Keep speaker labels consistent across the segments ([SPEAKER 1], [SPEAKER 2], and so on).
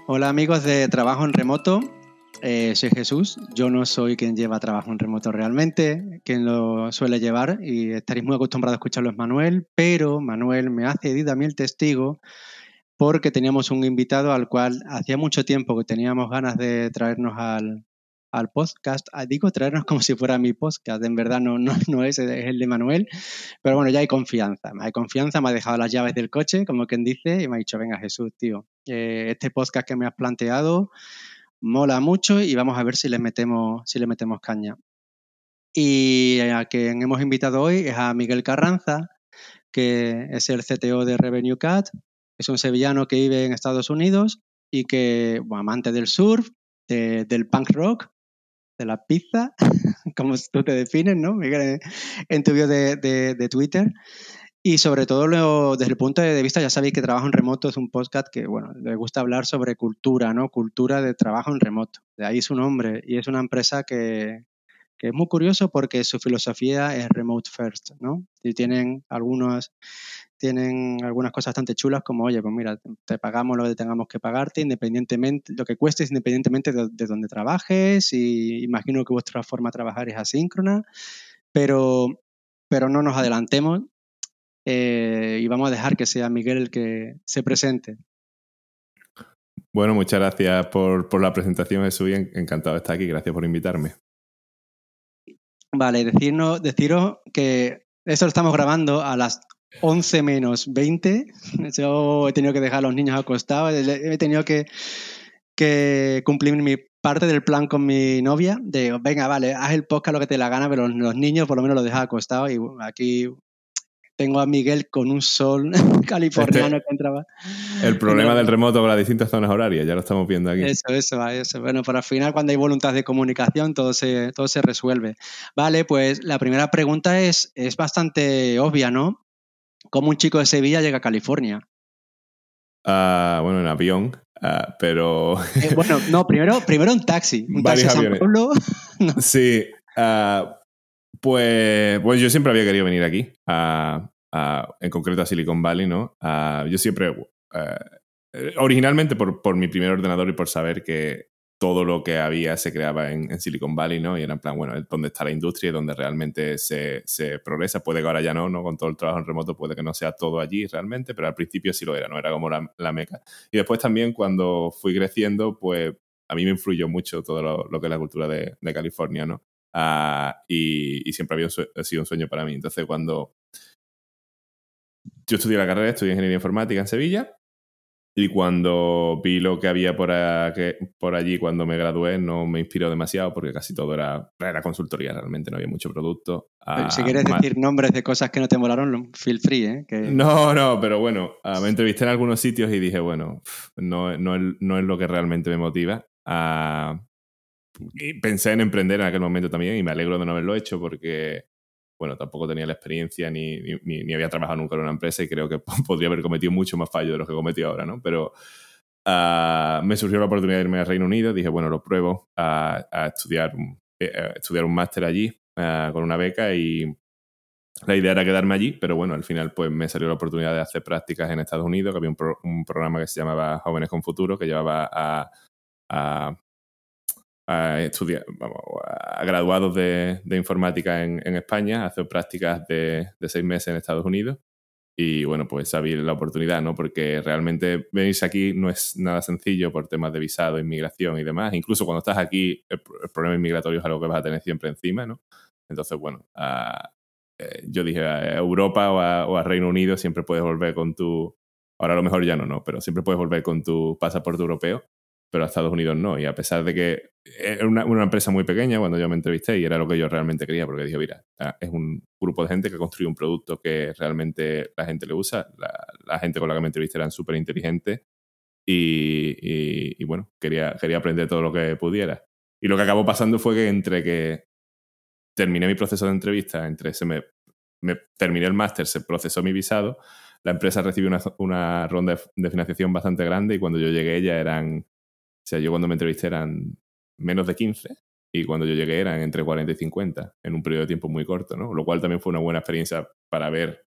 [SPEAKER 1] Hola amigos de Trabajo en Remoto, soy Jesús. Yo no soy quien lleva trabajo en remoto realmente, quien lo suele llevar, y estaréis muy acostumbrados a escucharlo es Manuel, pero Manuel me ha cedido a mí el testigo porque teníamos un invitado al cual hacía mucho tiempo que teníamos ganas de traernos al podcast. Digo traernos como si fuera mi podcast, en verdad no es el de Manuel, pero bueno, ya hay confianza, me ha dejado las llaves del coche, como quien dice, y me ha dicho, venga Jesús, tío, este podcast que me has planteado mola mucho y vamos a ver si le metemos caña. Y a quien hemos invitado hoy es a Miguel Carranza, que es el CTO de Revenue Cat, es un sevillano que vive en Estados Unidos y que, bueno, amante del surf, del punk rock, de la pizza, como tú te defines, ¿no, Miguel? En tu bio de Twitter. Y sobre todo desde el punto de vista, ya sabéis que Trabajo en Remoto es un podcast que, bueno, le gusta hablar sobre cultura, ¿no? Cultura de trabajo en remoto. De ahí su nombre. Y es una empresa que es muy curioso porque su filosofía es remote first, ¿no? Y tienen algunas cosas bastante chulas como, oye, pues mira, te pagamos lo que tengamos que pagarte, independientemente, lo que cuestes, independientemente de donde trabajes, y imagino que vuestra forma de trabajar es asíncrona, pero no nos adelantemos. Y vamos a dejar que sea Miguel el que se presente.
[SPEAKER 2] Bueno, muchas gracias por la presentación, Jesús, y encantado de estar aquí. Gracias por invitarme.
[SPEAKER 1] Vale, deciros que esto lo estamos grabando a las 11 menos 20. Yo he tenido que dejar a los niños acostados, he tenido que cumplir mi parte del plan con mi novia, de venga, vale, haz el podcast lo que te dé la gana, pero los niños por lo menos los dejas acostados, y aquí tengo a Miguel con un sol californiano que entraba.
[SPEAKER 2] El problema del remoto con las distintas zonas horarias, ya lo estamos viendo aquí.
[SPEAKER 1] Eso. Bueno, pero al final cuando hay voluntad de comunicación todo se resuelve. Vale, pues la primera pregunta es bastante obvia, ¿no? ¿Cómo un chico de Sevilla llega a California?
[SPEAKER 2] Bueno, en avión, pero...
[SPEAKER 1] Bueno, no, primero un taxi. Un taxi a San Pablo. No.
[SPEAKER 2] Sí, pues yo siempre había querido venir aquí, en concreto a Silicon Valley, ¿no? Yo siempre, originalmente por mi primer ordenador y por saber que todo lo que había se creaba en Silicon Valley, ¿no? Y era en plan, bueno, es donde está la industria y donde realmente se progresa. Puede que ahora ya no, con todo el trabajo en remoto puede que no sea todo allí realmente, pero al principio sí lo era, ¿no? Era como la meca. Y después también cuando fui creciendo, pues a mí me influyó mucho todo lo que es la cultura de California, ¿no? Y siempre ha sido un sueño para mí. Entonces, cuando yo estudié la carrera, estudié Ingeniería Informática en Sevilla, y cuando vi lo que había por allí cuando me gradué, no me inspiró demasiado porque casi todo era consultoría, realmente no había mucho producto.
[SPEAKER 1] Si quieres decir nombres de cosas que no te molaron, feel free, ¿eh?
[SPEAKER 2] No, pero bueno, me entrevisté en algunos sitios y dije, bueno, no es lo que realmente me motiva. Y pensé en emprender en aquel momento también y me alegro de no haberlo hecho porque, bueno, tampoco tenía la experiencia ni había trabajado nunca en una empresa y creo que podría haber cometido mucho más fallos de los que cometí ahora, ¿no? Pero me surgió la oportunidad de irme al Reino Unido, dije, bueno, lo pruebo a estudiar un máster allí con una beca y la idea era quedarme allí, pero bueno, al final pues me salió la oportunidad de hacer prácticas en Estados Unidos, que había un programa que se llamaba Jóvenes con Futuro, que llevaba a estudiar, a graduados de informática en España, a hacer prácticas de 6 meses en Estados Unidos. Y bueno, pues sabí la oportunidad, ¿no? Porque realmente venirse aquí no es nada sencillo por temas de visado, inmigración y demás. Incluso cuando estás aquí, el problema inmigratorio es algo que vas a tener siempre encima, ¿no? Entonces, bueno, yo dije a Europa o a Reino Unido siempre puedes volver con tu... Ahora a lo mejor ya no, pero siempre puedes volver con tu pasaporte europeo, pero a Estados Unidos no. Y a pesar de que era una empresa muy pequeña cuando yo me entrevisté y era lo que yo realmente quería, porque dije, mira, es un grupo de gente que construye un producto que realmente la gente le usa. La gente con la que me entrevisté eran súper inteligentes y bueno, quería aprender todo lo que pudiera. Y lo que acabó pasando fue que entre que terminé mi proceso de entrevista, me terminé el máster, se procesó mi visado, la empresa recibió una ronda de financiación bastante grande y cuando yo llegué ya eran... O sea, yo cuando me entrevisté eran menos de 15 y cuando yo llegué eran entre 40 y 50 en un periodo de tiempo muy corto, ¿no? Lo cual también fue una buena experiencia para ver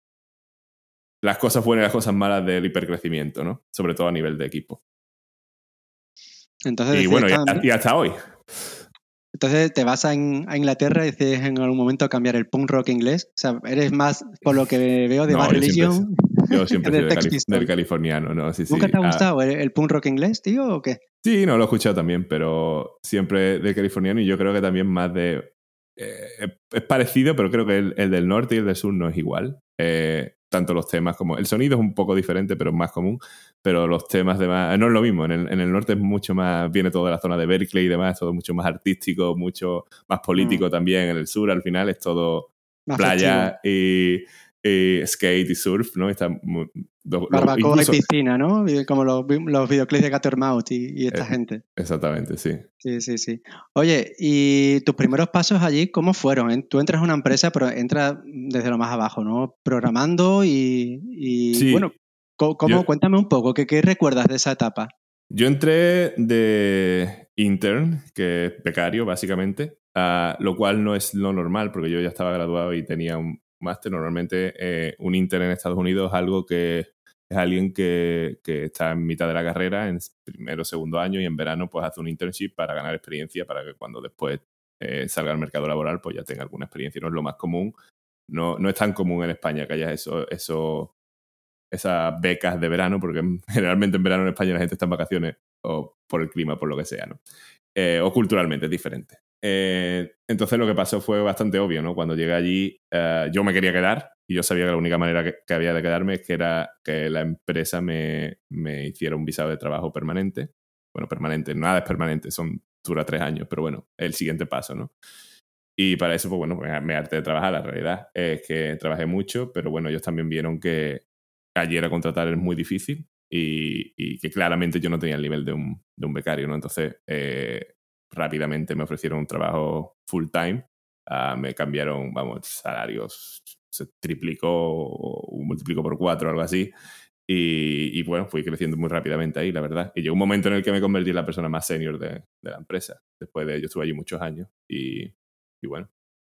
[SPEAKER 2] las cosas buenas y las cosas malas del hipercrecimiento, ¿no? Sobre todo a nivel de equipo.
[SPEAKER 1] Entonces
[SPEAKER 2] Y
[SPEAKER 1] decides
[SPEAKER 2] bueno, y hasta hoy.
[SPEAKER 1] Entonces te vas a Inglaterra y decides en algún momento cambiar el punk rock inglés. O sea, eres más, por lo que veo, de
[SPEAKER 2] No,
[SPEAKER 1] Bad Religion
[SPEAKER 2] yo siempre
[SPEAKER 1] que
[SPEAKER 2] he
[SPEAKER 1] de
[SPEAKER 2] sido
[SPEAKER 1] Sex
[SPEAKER 2] del
[SPEAKER 1] Pistols.
[SPEAKER 2] californiano, ¿no? Sí,
[SPEAKER 1] ¿Nunca
[SPEAKER 2] sí.
[SPEAKER 1] te ha gustado el punk rock inglés, tío, o qué?
[SPEAKER 2] Sí, no, lo he escuchado también, pero siempre del californiano y yo creo que también más de... es parecido, pero creo que el del norte y el del sur no es igual. Tanto los temas como... El sonido es un poco diferente, pero es más común. Pero los temas demás... No es lo mismo. En el norte es mucho más... Viene todo de la zona de Berkeley y demás. Todo mucho más artístico, mucho más político también. En el sur, al final, es todo
[SPEAKER 1] Más festivo.
[SPEAKER 2] playa y skate y surf, ¿no? Está
[SPEAKER 1] Barbacoa y
[SPEAKER 2] incluso...
[SPEAKER 1] piscina, ¿no? Como los videoclips de Guttermouth y esta gente.
[SPEAKER 2] Exactamente, sí.
[SPEAKER 1] Sí, sí, sí. Oye, ¿y tus primeros pasos allí cómo fueron? Tú entras a una empresa, pero entras desde lo más abajo, ¿no? Programando y bueno,
[SPEAKER 2] Sí, yo,
[SPEAKER 1] cuéntame un poco, ¿qué recuerdas de esa etapa?
[SPEAKER 2] Yo entré de intern, que es becario, básicamente, lo cual no es lo normal, porque yo ya estaba graduado y tenía un máster. Normalmente, un intern en Estados Unidos es algo que es alguien que está en mitad de la carrera, en primero o segundo año, y en verano pues hace un internship para ganar experiencia, para que cuando después salga al mercado laboral pues ya tenga alguna experiencia. No es lo más común, no es tan común en España que haya esas becas de verano, porque generalmente en verano en España la gente está en vacaciones o por el clima, por lo que sea, ¿no? O culturalmente es diferente. Entonces lo que pasó fue bastante obvio, ¿no? Cuando llegué allí, yo me quería quedar y yo sabía que la única manera que había de quedarme es que era que la empresa me hiciera un visado de trabajo permanente. Bueno, permanente, nada es permanente, dura 3 años, pero bueno, el siguiente paso, ¿no? Y para eso, pues bueno, me harté de trabajar. La realidad es que trabajé mucho, pero bueno, ellos también vieron que ayer a contratar es muy difícil y que claramente yo no tenía el nivel de un becario, ¿no? Entonces, rápidamente me ofrecieron un trabajo full time. Me cambiaron, vamos, salarios, se triplicó o multiplicó por 4 algo así. Y bueno, fui creciendo muy rápidamente ahí, la verdad. Y llegó un momento en el que me convertí en la persona más senior de la empresa. Después de ello estuve allí muchos años y bueno.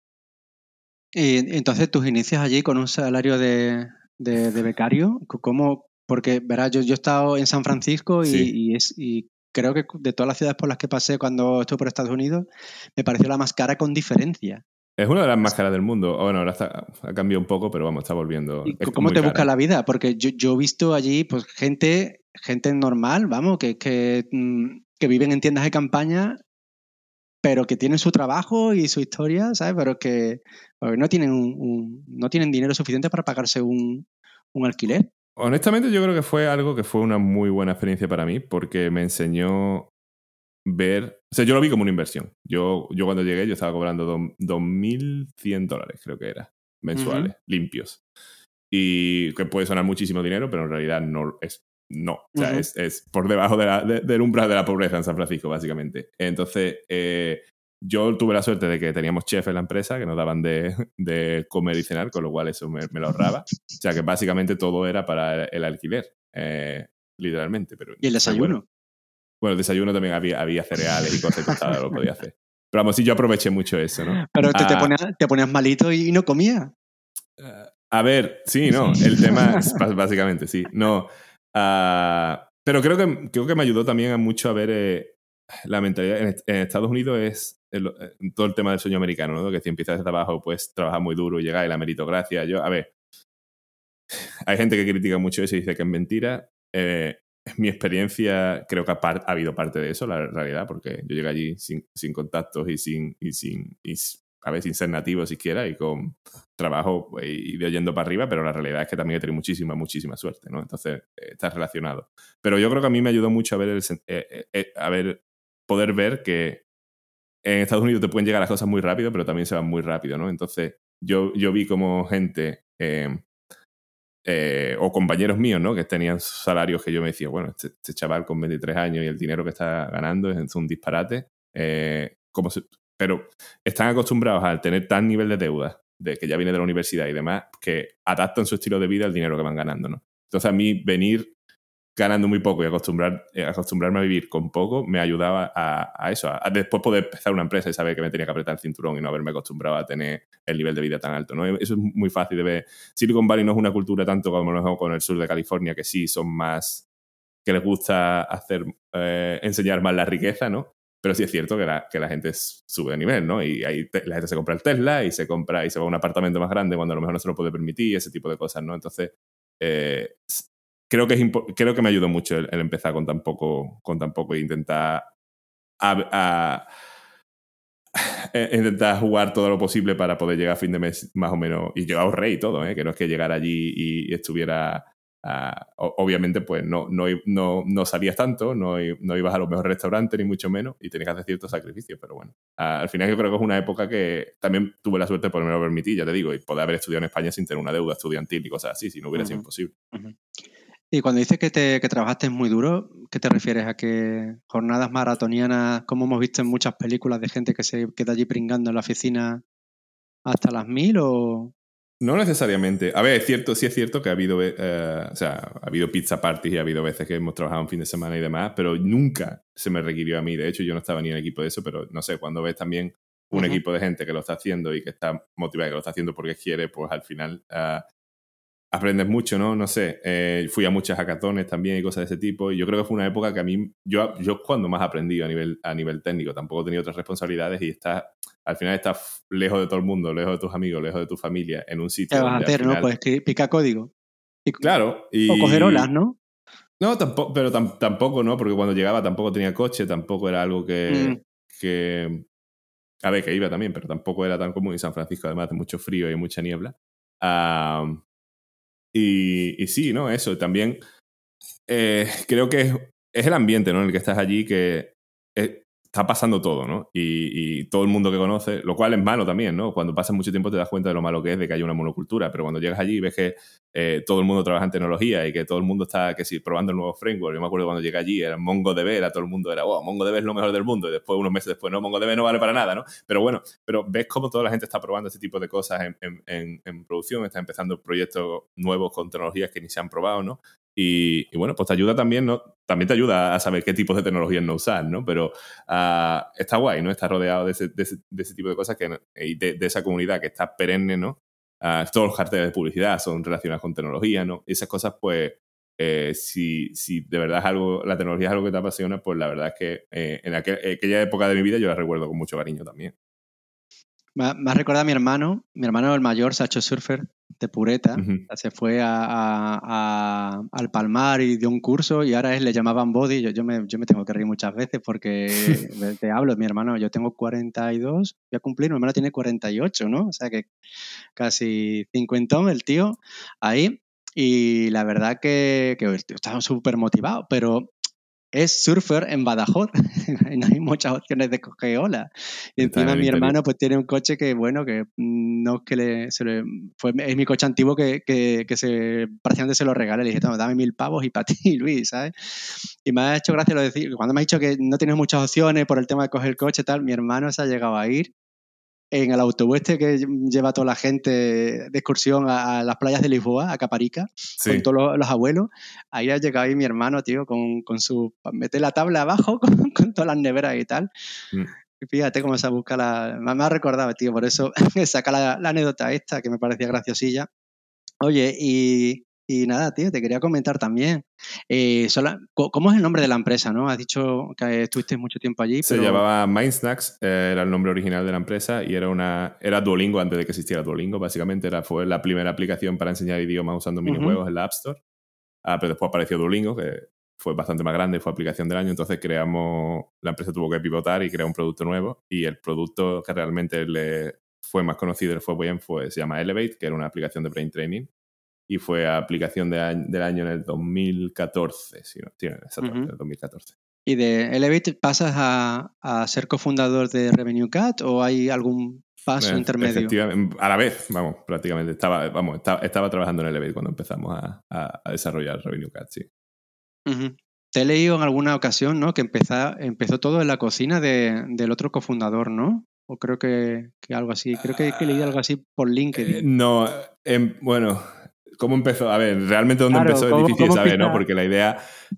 [SPEAKER 1] Y entonces tus inicios allí con un salario de becario, ¿cómo? Porque, verás, yo he estado en San Francisco
[SPEAKER 2] Sí,
[SPEAKER 1] y creo que de todas las ciudades por las que pasé cuando estuve por Estados Unidos, me pareció la más cara con diferencia.
[SPEAKER 2] es una de las más caras del mundo. Bueno, ahora ha cambiado un poco, pero vamos, está volviendo.
[SPEAKER 1] ¿Y
[SPEAKER 2] Es
[SPEAKER 1] cómo
[SPEAKER 2] muy
[SPEAKER 1] te busca
[SPEAKER 2] cara.
[SPEAKER 1] la vida? Porque yo he visto allí pues gente normal, vamos, que viven en tiendas de campaña, pero que tienen su trabajo y su historia, ¿sabes? Pero que pues, no tienen no tienen dinero suficiente para pagarse un alquiler.
[SPEAKER 2] Honestamente, yo creo que fue algo que fue una muy buena experiencia para mí, porque me enseñó ver. O sea, yo lo vi como una inversión. Yo cuando llegué, yo estaba cobrando $2,100, creo que era,
[SPEAKER 1] Ujú.
[SPEAKER 2] mensuales, limpios. Y que puede sonar muchísimo dinero, pero en realidad no es. No, o sea,
[SPEAKER 1] Ujú.
[SPEAKER 2] es por debajo del umbral de la pobreza en San Francisco, básicamente. Entonces, yo tuve la suerte de que teníamos chef en la empresa que nos daban de comer y cenar, con lo cual eso me lo ahorraba. O sea, que básicamente todo era para el alquiler, literalmente. Pero
[SPEAKER 1] Y el
[SPEAKER 2] entonces, bueno,
[SPEAKER 1] desayuno.
[SPEAKER 2] el desayuno también había cereales y cosas tostadas, lo podía hacer. Pero vamos, sí, yo aproveché mucho eso, ¿no?
[SPEAKER 1] Pero
[SPEAKER 2] Ah,
[SPEAKER 1] te ponías malito y no comías.
[SPEAKER 2] a ver, sí, no, el tema, básicamente, sí, no. Pero creo que me ayudó también mucho a ver la mentalidad. En Estados Unidos es todo el tema del sueño americano, ¿no? Que si empiezas desde abajo, pues trabajas muy duro y llegas y la meritocracia. A ver, hay gente que critica mucho eso y dice que es mentira. Mi experiencia, creo que ha habido parte de eso, la realidad, porque yo llegué allí sin contactos a ver, sin ser nativo siquiera y con trabajo y de oyendo para arriba, pero la realidad es que también he tenido muchísima suerte, ¿no? Entonces, está relacionado. Pero yo creo que a mí me ayudó mucho poder ver que en Estados Unidos te pueden llegar las cosas muy rápido, pero también se van muy rápido, ¿no? Entonces, yo vi como gente o compañeros míos, ¿no? Que tenían salarios que yo me decía, bueno, este chaval con 23 años y el dinero que está ganando es un disparate. Pero están acostumbrados a tener tal nivel de deuda, de que ya viene de la universidad y demás, que adaptan su estilo de vida al dinero que van ganando, ¿no? Entonces a mí venir ganando muy poco y acostumbrarme a vivir con poco me ayudaba a eso, a después poder empezar una empresa y saber que me tenía que apretar el cinturón y no haberme acostumbrado a tener el nivel de vida tan alto, ¿no? Eso es muy fácil de ver. Silicon Valley no es una cultura tanto como lo mejor con el sur de California, que sí son más que les gusta enseñar más la riqueza, ¿no? Pero sí es cierto que la gente sube de nivel, ¿no? Y ahí la gente se compra el Tesla y se va a un apartamento más grande cuando a lo mejor no se lo puede permitir, ese tipo de cosas, ¿no? Entonces, creo que me ayudó mucho el empezar con tan poco e intentar intentar jugar todo lo posible para poder llegar a fin de mes más o menos. Y yo ahorré y todo, que no es que llegara allí y estuviera... obviamente pues no salías tanto, no ibas a los mejores restaurantes ni mucho menos y tenías que hacer ciertos sacrificios, pero bueno, al final yo creo que es una época que también tuve la suerte de poderme lo permitir, ya te digo, y poder haber estudiado en España sin tener una deuda estudiantil y cosas así, si no hubiera sido imposible.
[SPEAKER 1] Y cuando dices que trabajaste muy duro, ¿qué te refieres? ¿A que jornadas maratonianas, como hemos visto en muchas películas de gente que se queda allí pringando en la oficina hasta las 1000 o...?
[SPEAKER 2] No necesariamente. A ver, sí es cierto que ha habido, ha habido pizza parties y ha habido veces que hemos trabajado un fin de semana y demás, pero nunca se me requirió a mí. De hecho, yo no estaba ni en el equipo de eso, pero no sé, cuando ves también un equipo de gente que lo está haciendo y que está motivada, que lo está haciendo porque quiere, pues al final aprendes mucho, ¿no? No sé, fui a muchas hackatones también y cosas de ese tipo, y yo creo que fue una época que a mí, yo cuando más aprendí a nivel técnico, tampoco he tenido otras responsabilidades y al final estás lejos de todo el mundo, lejos de tus amigos, lejos de tu familia, en un sitio
[SPEAKER 1] ¿Qué vas a
[SPEAKER 2] donde
[SPEAKER 1] hacer,
[SPEAKER 2] al final...
[SPEAKER 1] no? Pues picar código.
[SPEAKER 2] Claro,
[SPEAKER 1] O coger olas, ¿no?
[SPEAKER 2] No, tampoco, pero tampoco, ¿no? Porque cuando llegaba tampoco tenía coche, tampoco era algo que... A ver, que iba también, pero tampoco era tan común, y San Francisco además hace mucho frío y mucha niebla. Y sí, ¿no? Eso también creo que es el ambiente, ¿no? En el que estás allí que está pasando todo, ¿no? Y todo el mundo que conoce, lo cual es malo también, ¿no? Cuando pasas mucho tiempo te das cuenta de lo malo que es de que hay una monocultura, pero cuando llegas allí y ves que todo el mundo trabaja en tecnología y que todo el mundo está, que sí, probando el nuevo framework. Yo me acuerdo cuando llegué allí, era MongoDB, todo el mundo era, oh, MongoDB es lo mejor del mundo, y después, unos meses después, no, MongoDB no vale para nada, ¿no? Pero bueno, ves cómo toda la gente está probando este tipo de cosas en producción, está empezando proyectos nuevos con tecnologías que ni se han probado, ¿no? Y bueno, pues te ayuda también, ¿no? También te ayuda a saber qué tipos de tecnologías no usar, ¿no? Pero está guay, ¿no? Estar rodeado de ese tipo de cosas y de esa comunidad que está perenne, ¿no? Todos los carteles de publicidad son relacionados con tecnología, ¿no? Y esas cosas, pues, si de verdad la tecnología es algo que te apasiona, pues la verdad es que en aquella época de mi vida yo la recuerdo con mucho cariño también.
[SPEAKER 1] Me ha recordado a mi hermano el mayor, se ha hecho surfer de pureta, se fue al Palmar y dio un curso y ahora le llamaban body. Yo me tengo que reír muchas veces porque te hablo, mi hermano, yo tengo 42, voy a cumplir, mi hermano tiene 48, ¿no? O sea que casi cincuentón el tío ahí, y la verdad que estaba súper motivado, pero es surfer en Badajoz. No hay muchas opciones de coger olas. Y
[SPEAKER 2] Está en
[SPEAKER 1] encima
[SPEAKER 2] el
[SPEAKER 1] mi
[SPEAKER 2] interior.
[SPEAKER 1] hermano pues tiene un coche que, bueno, que no es que es mi coche antiguo que prácticamente se lo regalé. Le dije, toma, dame 1000 pavos y para ti, Luis, ¿sabes? Y me ha hecho gracia lo de decir, cuando me ha dicho que no tienes muchas opciones por el tema de coger el coche y tal, mi hermano se ha llegado a ir en el autobús que lleva a toda la gente de excursión a las playas de Lisboa, a Caparica, sí, con todos los abuelos. Ahí ha llegado ahí mi hermano, tío, con su... Mete la tabla abajo con todas las neveras y tal. Fíjate cómo se busca me ha recordado, tío, por eso saca la anécdota esta que me parecía graciosilla. Oye, y nada, tío, te quería comentar también. ¿Cómo es el nombre de la empresa, no? Has dicho que estuviste mucho tiempo allí,
[SPEAKER 2] Se llamaba Mindsnacks, era el nombre original de la empresa y era Duolingo antes de que existiera Duolingo, básicamente. Fue la primera aplicación para enseñar idiomas usando minijuegos en la App Store. Pero después apareció Duolingo, que fue bastante más grande, fue aplicación del año, entonces la empresa tuvo que pivotar y crear un producto nuevo, y el producto que realmente le fue más conocido y le fue bien se llama Elevate, que era una aplicación de brain training, y fue aplicación del año en el 2014, sí, exactamente, el 2014.
[SPEAKER 1] ¿Y de Elevate pasas a ser cofundador de Revenue Cat o hay algún paso intermedio?
[SPEAKER 2] Efectivamente, a la vez, prácticamente. Estaba trabajando en Elevate cuando empezamos a desarrollar Revenue Cat, sí.
[SPEAKER 1] Te he leído en alguna ocasión, ¿no? Que empezó todo en la cocina del otro cofundador, ¿no? O creo que algo así. Creo que he leído algo así por LinkedIn.
[SPEAKER 2] No, bueno, ¿cómo empezó? A ver, realmente dónde empezó es difícil de saber, ¿no? Porque la idea...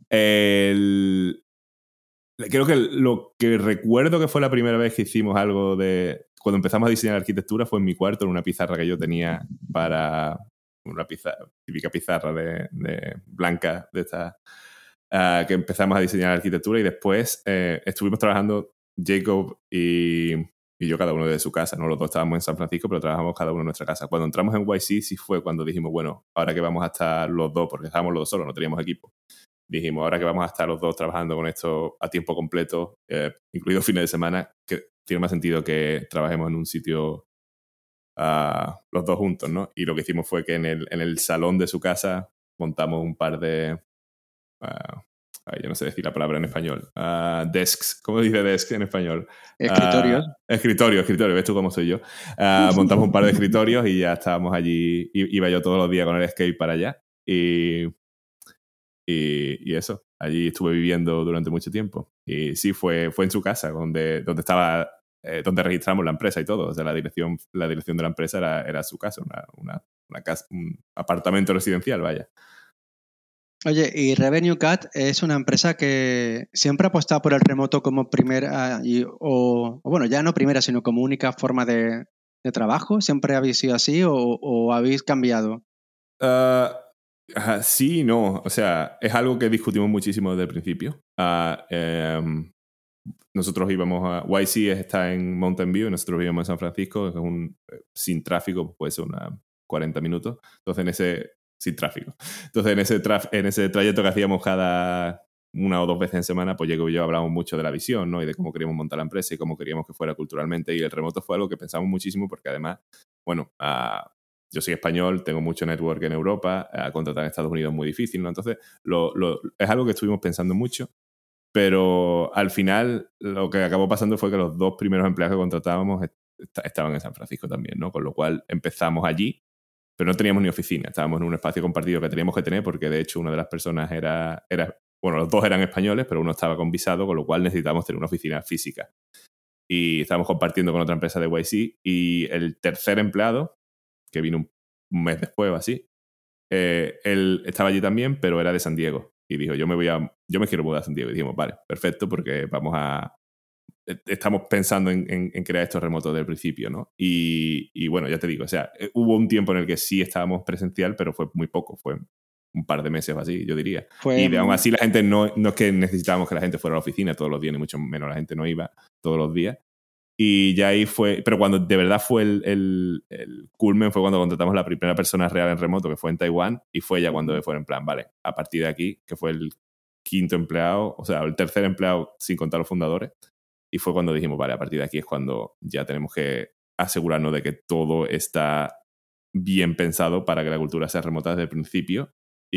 [SPEAKER 2] creo que lo que recuerdo que fue la primera vez que hicimos algo cuando empezamos a diseñar arquitectura fue en mi cuarto, en una pizarra que yo tenía para... Una típica pizarra de blanca de esta que empezamos a diseñar la arquitectura y después estuvimos trabajando Jacob y yo cada uno de su casa, ¿no? Los dos estábamos en San Francisco, pero trabajamos cada uno en nuestra casa. Cuando entramos en YC sí fue cuando dijimos, bueno, ahora que vamos a estar los dos, porque estábamos los dos solos, no teníamos equipo, dijimos, ahora que vamos a estar los dos trabajando con esto a tiempo completo, incluido fines de semana, que tiene más sentido que trabajemos en un sitio los dos juntos, ¿no? Y lo que hicimos fue que en el salón de su casa montamos un par de... yo no sé decir la palabra en español. Desks. ¿Cómo dice desk en español?
[SPEAKER 1] Escritorios.
[SPEAKER 2] Escritorio. ¿Ves tú cómo soy yo? Montamos un par de escritorios y ya estábamos allí. Iba yo todos los días con el skate para allá. Y eso. Allí estuve viviendo durante mucho tiempo. Y sí, fue en su casa donde estaba... donde registramos la empresa y todo. O sea, la dirección de la empresa era su casa. Una casa, un apartamento residencial, vaya.
[SPEAKER 1] Oye, y Revenue Cat es una empresa que siempre ha apostado por el remoto como primera, o bueno, ya no primera, sino como única forma de trabajo. ¿Siempre habéis sido así o habéis cambiado?
[SPEAKER 2] Sí y no. O sea, es algo que discutimos muchísimo desde el principio. Nosotros íbamos a... YC está en Mountain View y nosotros vivíamos en San Francisco. Es sin tráfico, puede ser unos 40 minutos. Entonces, sin tráfico. Entonces, en ese trayecto que hacíamos cada una o dos veces en semana, pues yo hablábamos mucho de la visión, ¿no? Y de cómo queríamos montar la empresa y cómo queríamos que fuera culturalmente. Y el remoto fue algo que pensamos muchísimo porque además, bueno, yo soy español, tengo mucho network en Europa, contratar en Estados Unidos es muy difícil, ¿no? Entonces, es algo que estuvimos pensando mucho, pero al final lo que acabó pasando fue que los dos primeros empleados que contratábamos estaban en San Francisco también, ¿no? Con lo cual empezamos allí, pero no teníamos ni oficina, estábamos en un espacio compartido que teníamos que tener porque de hecho una de las personas bueno, los dos eran españoles, pero uno estaba con visado, con lo cual necesitábamos tener una oficina física. Y estábamos compartiendo con otra empresa de YC y el tercer empleado, que vino un mes después o así, él estaba allí también, pero era de San Diego. Y dijo, yo me quiero mudar a San Diego. Y dijimos, vale, perfecto, porque estamos pensando en crear estos remotos desde el principio, ¿no? Y bueno, ya te digo, o sea, hubo un tiempo en el que sí estábamos presencial, pero fue muy poco, fue un par de meses o así, yo diría. Y aún así la gente no es que necesitábamos que la gente fuera a la oficina todos los días, ni mucho menos la gente no iba todos los días. Y ya ahí fue, pero cuando de verdad fue el culmen fue cuando contratamos la primera persona real en remoto, que fue en Taiwán, y fue ya cuando fue en plan, vale, a partir de aquí, que fue el quinto empleado, o sea, el tercer empleado sin contar los fundadores, y fue cuando dijimos, vale, a partir de aquí es cuando ya tenemos que asegurarnos de que todo está bien pensado para que la cultura sea remota desde el principio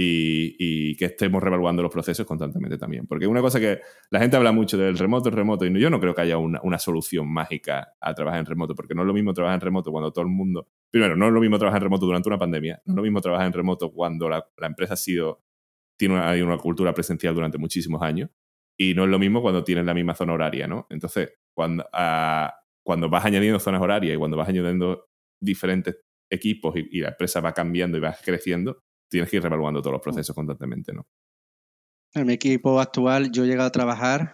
[SPEAKER 2] y que estemos revaluando los procesos constantemente también. Porque una cosa que la gente habla mucho del remoto, y yo no creo que haya una solución mágica a trabajar en remoto, porque no es lo mismo trabajar en remoto cuando todo el mundo... Primero, no es lo mismo trabajar en remoto durante una pandemia, no es lo mismo trabajar en remoto cuando la empresa tiene una cultura presencial durante muchísimos años, y no es lo mismo cuando tienes la misma zona horaria, ¿no? Entonces, cuando vas añadiendo zonas horarias y cuando vas añadiendo diferentes equipos y la empresa va cambiando y va creciendo, tienes que ir revaluando todos los procesos constantemente, ¿no?
[SPEAKER 1] En mi equipo actual yo he llegado a trabajar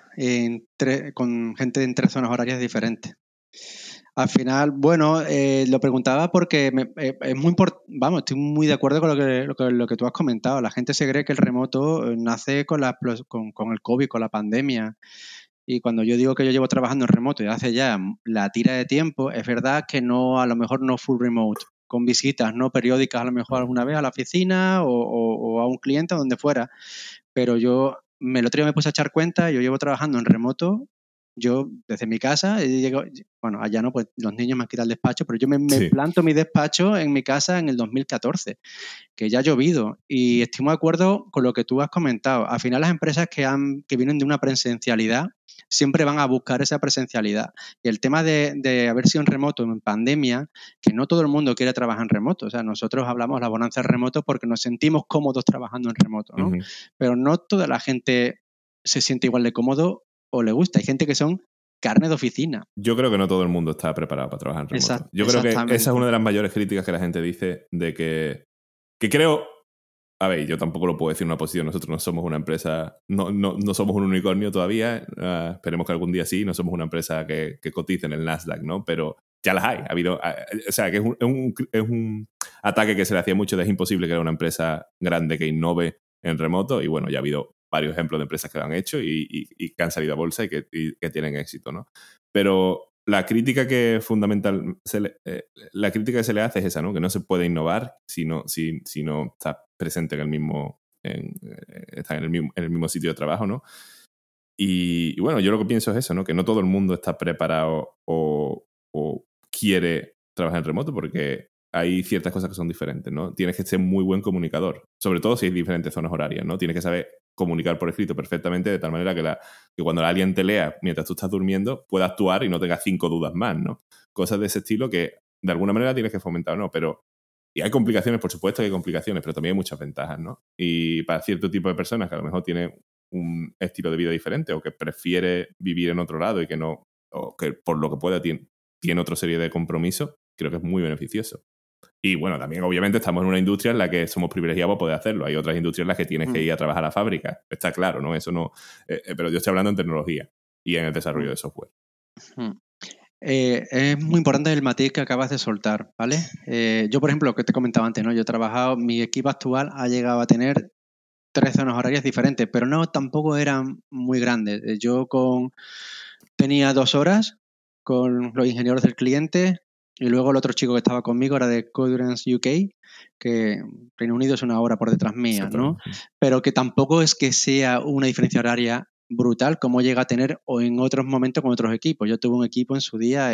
[SPEAKER 1] con gente en 3 zonas horarias diferentes. Al final, bueno, lo preguntaba porque es muy importante, vamos, estoy muy de acuerdo con lo que tú has comentado. La gente se cree que el remoto nace con el COVID, con la pandemia. Y cuando yo digo que yo llevo trabajando en remoto y hace ya la tira de tiempo, es verdad que no, a lo mejor no full remote, con visitas no periódicas, a lo mejor alguna vez a la oficina o a un cliente, donde fuera. Pero el otro día me puse a echar cuenta, yo llevo trabajando en remoto, yo desde mi casa, bueno, allá no, pues los niños me han quitado el despacho, pero yo me planto mi despacho en mi casa en el 2014, que ya ha llovido, y estoy muy de acuerdo con lo que tú has comentado. Al final las empresas que vienen de una presencialidad siempre van a buscar esa presencialidad. Y el tema de haber sido en remoto en pandemia, que no todo el mundo quiere trabajar en remoto. O sea, nosotros hablamos la bonanza en remoto porque nos sentimos cómodos trabajando en remoto, ¿no? Uh-huh. Pero no toda la gente se siente igual de cómodo o le gusta. Hay gente que son carne de oficina.
[SPEAKER 2] Yo creo que no todo el mundo está preparado para trabajar en remoto. Yo creo que esa es una de las mayores críticas que la gente dice, de que creo... A ver, yo tampoco lo puedo decir en una posición. Nosotros no somos una empresa, no somos un unicornio todavía. Esperemos que algún día sí. No somos una empresa que cotice en el Nasdaq, ¿no? Pero ya las hay. Ha habido, o sea, que es un ataque que se le hacía mucho de es imposible crear una empresa grande que innove en remoto. Y bueno, ya ha habido varios ejemplos de empresas que lo han hecho y que han salido a bolsa y que tienen éxito, ¿no? Pero la crítica que la crítica que se le hace es esa, ¿no? Que no se puede innovar si no estás presente está en el mismo sitio de trabajo, ¿no? Y bueno, yo lo que pienso es eso, ¿no? Que no todo el mundo está preparado o quiere trabajar en remoto porque hay ciertas cosas que son diferentes, ¿no? Tienes que ser muy buen comunicador, sobre todo si hay diferentes zonas horarias, ¿no? Tienes que saber comunicar por escrito perfectamente de tal manera que cuando alguien te lea mientras tú estás durmiendo pueda actuar y no tenga 5 dudas más, ¿no? Cosas de ese estilo que de alguna manera tienes que fomentar, ¿no? Y hay complicaciones, por supuesto que hay complicaciones, pero también hay muchas ventajas, ¿no? Y para cierto tipo de personas que a lo mejor tienen un estilo de vida diferente o que prefiere vivir en otro lado y que no, o que por lo que pueda tiene otra serie de compromisos, creo que es muy beneficioso. Y bueno, también obviamente estamos en una industria en la que somos privilegiados por poder hacerlo. Hay otras industrias en las que tienes que ir a trabajar a la fábrica. Está claro, ¿no? Eso no. Pero yo estoy hablando en tecnología y en el desarrollo de software.
[SPEAKER 1] Es muy importante el matiz que acabas de soltar, ¿vale? Yo, por ejemplo, lo que te comentaba antes, ¿no? Yo he trabajado, mi equipo actual ha llegado a tener 3 zonas horarias diferentes, pero no, tampoco eran muy grandes. Tenía 2 horas con los ingenieros del cliente y luego el otro chico que estaba conmigo era de Codurance UK, que Reino Unido es 1 hora por detrás mía, ¿no? Pero que tampoco es que sea una diferencia horaria brutal como llega a tener o en otros momentos con otros equipos. Yo tuve un equipo en su día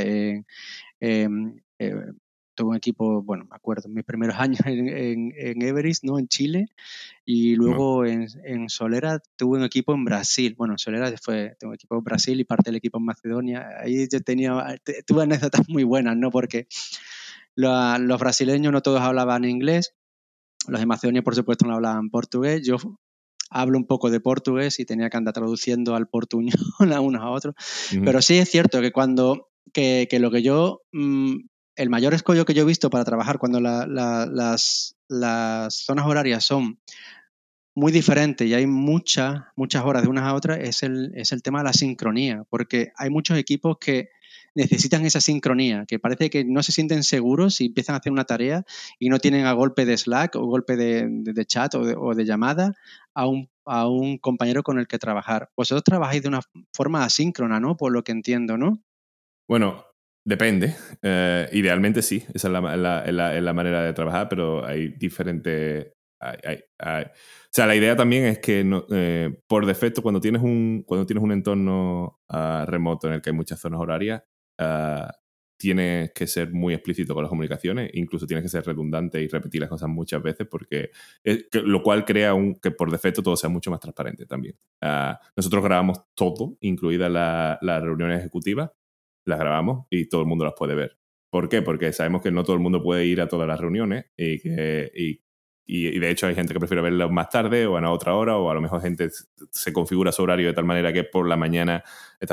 [SPEAKER 1] tuve un equipo, bueno, me acuerdo, en mis primeros años en Everest, ¿no? En Chile, y luego en Solera tuve un equipo en Brasil. Bueno, en Solera tuve un equipo en Brasil y parte del equipo en Macedonia. Ahí yo tuve anécdotas muy buenas, ¿no? Porque los brasileños no todos hablaban inglés, los de Macedonia, por supuesto, no hablaban portugués. Yo hablo un poco de portugués y tenía que andar traduciendo al portuñol a unos a otros. Pero sí es cierto que lo que yo... el mayor escollo que yo he visto para trabajar cuando las zonas horarias son muy diferentes y hay muchas horas de unas a otras es el tema de la sincronía, porque hay muchos equipos que necesitan esa sincronía, que parece que no se sienten seguros si empiezan a hacer una tarea y no tienen a golpe de Slack o golpe de chat o de llamada a un compañero con el que trabajar. Vosotros trabajáis de una forma asíncrona, ¿no? Por lo que entiendo, ¿no?
[SPEAKER 2] Bueno, depende. Idealmente sí, esa es la manera de trabajar, pero hay diferentes... O sea, la idea también es que por defecto, cuando tienes un entorno remoto en el que hay muchas zonas horarias, tienes que ser muy explícito con las comunicaciones, incluso tienes que ser redundante y repetir las cosas muchas veces, lo cual crea que por defecto todo sea mucho más transparente también. Nosotros grabamos todo, incluidas las reuniones ejecutivas, las grabamos y todo el mundo las puede ver. ¿Por qué? Porque sabemos que no todo el mundo puede ir a todas las reuniones y de hecho hay gente que prefiere verlas más tarde o a otra hora, o a lo mejor gente se configura su horario de tal manera que por la mañana está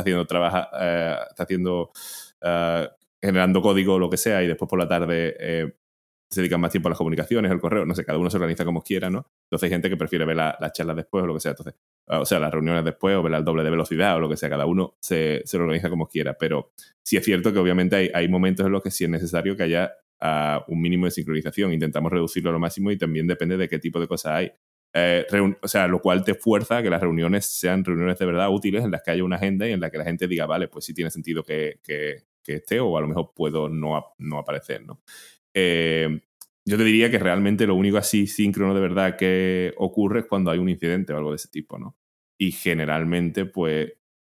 [SPEAKER 2] generando código o lo que sea, y después por la tarde se dedican más tiempo a las comunicaciones, al correo, no sé, cada uno se organiza como quiera, ¿no? Entonces hay gente que prefiere ver las charlas después o lo que sea, entonces, o sea, las reuniones después o ver al doble de velocidad o lo que sea, cada uno se lo organiza como quiera, pero sí es cierto que obviamente hay momentos en los que sí es necesario que haya un mínimo de sincronización, intentamos reducirlo a lo máximo y también depende de qué tipo de cosas hay. O sea, lo cual te fuerza a que las reuniones sean reuniones de verdad útiles, en las que haya una agenda y en la que la gente diga, vale, pues sí tiene sentido que esté, o a lo mejor puedo no aparecer, ¿no? Yo te diría que realmente lo único así síncrono de verdad que ocurre es cuando hay un incidente o algo de ese tipo, ¿no? Y generalmente, pues,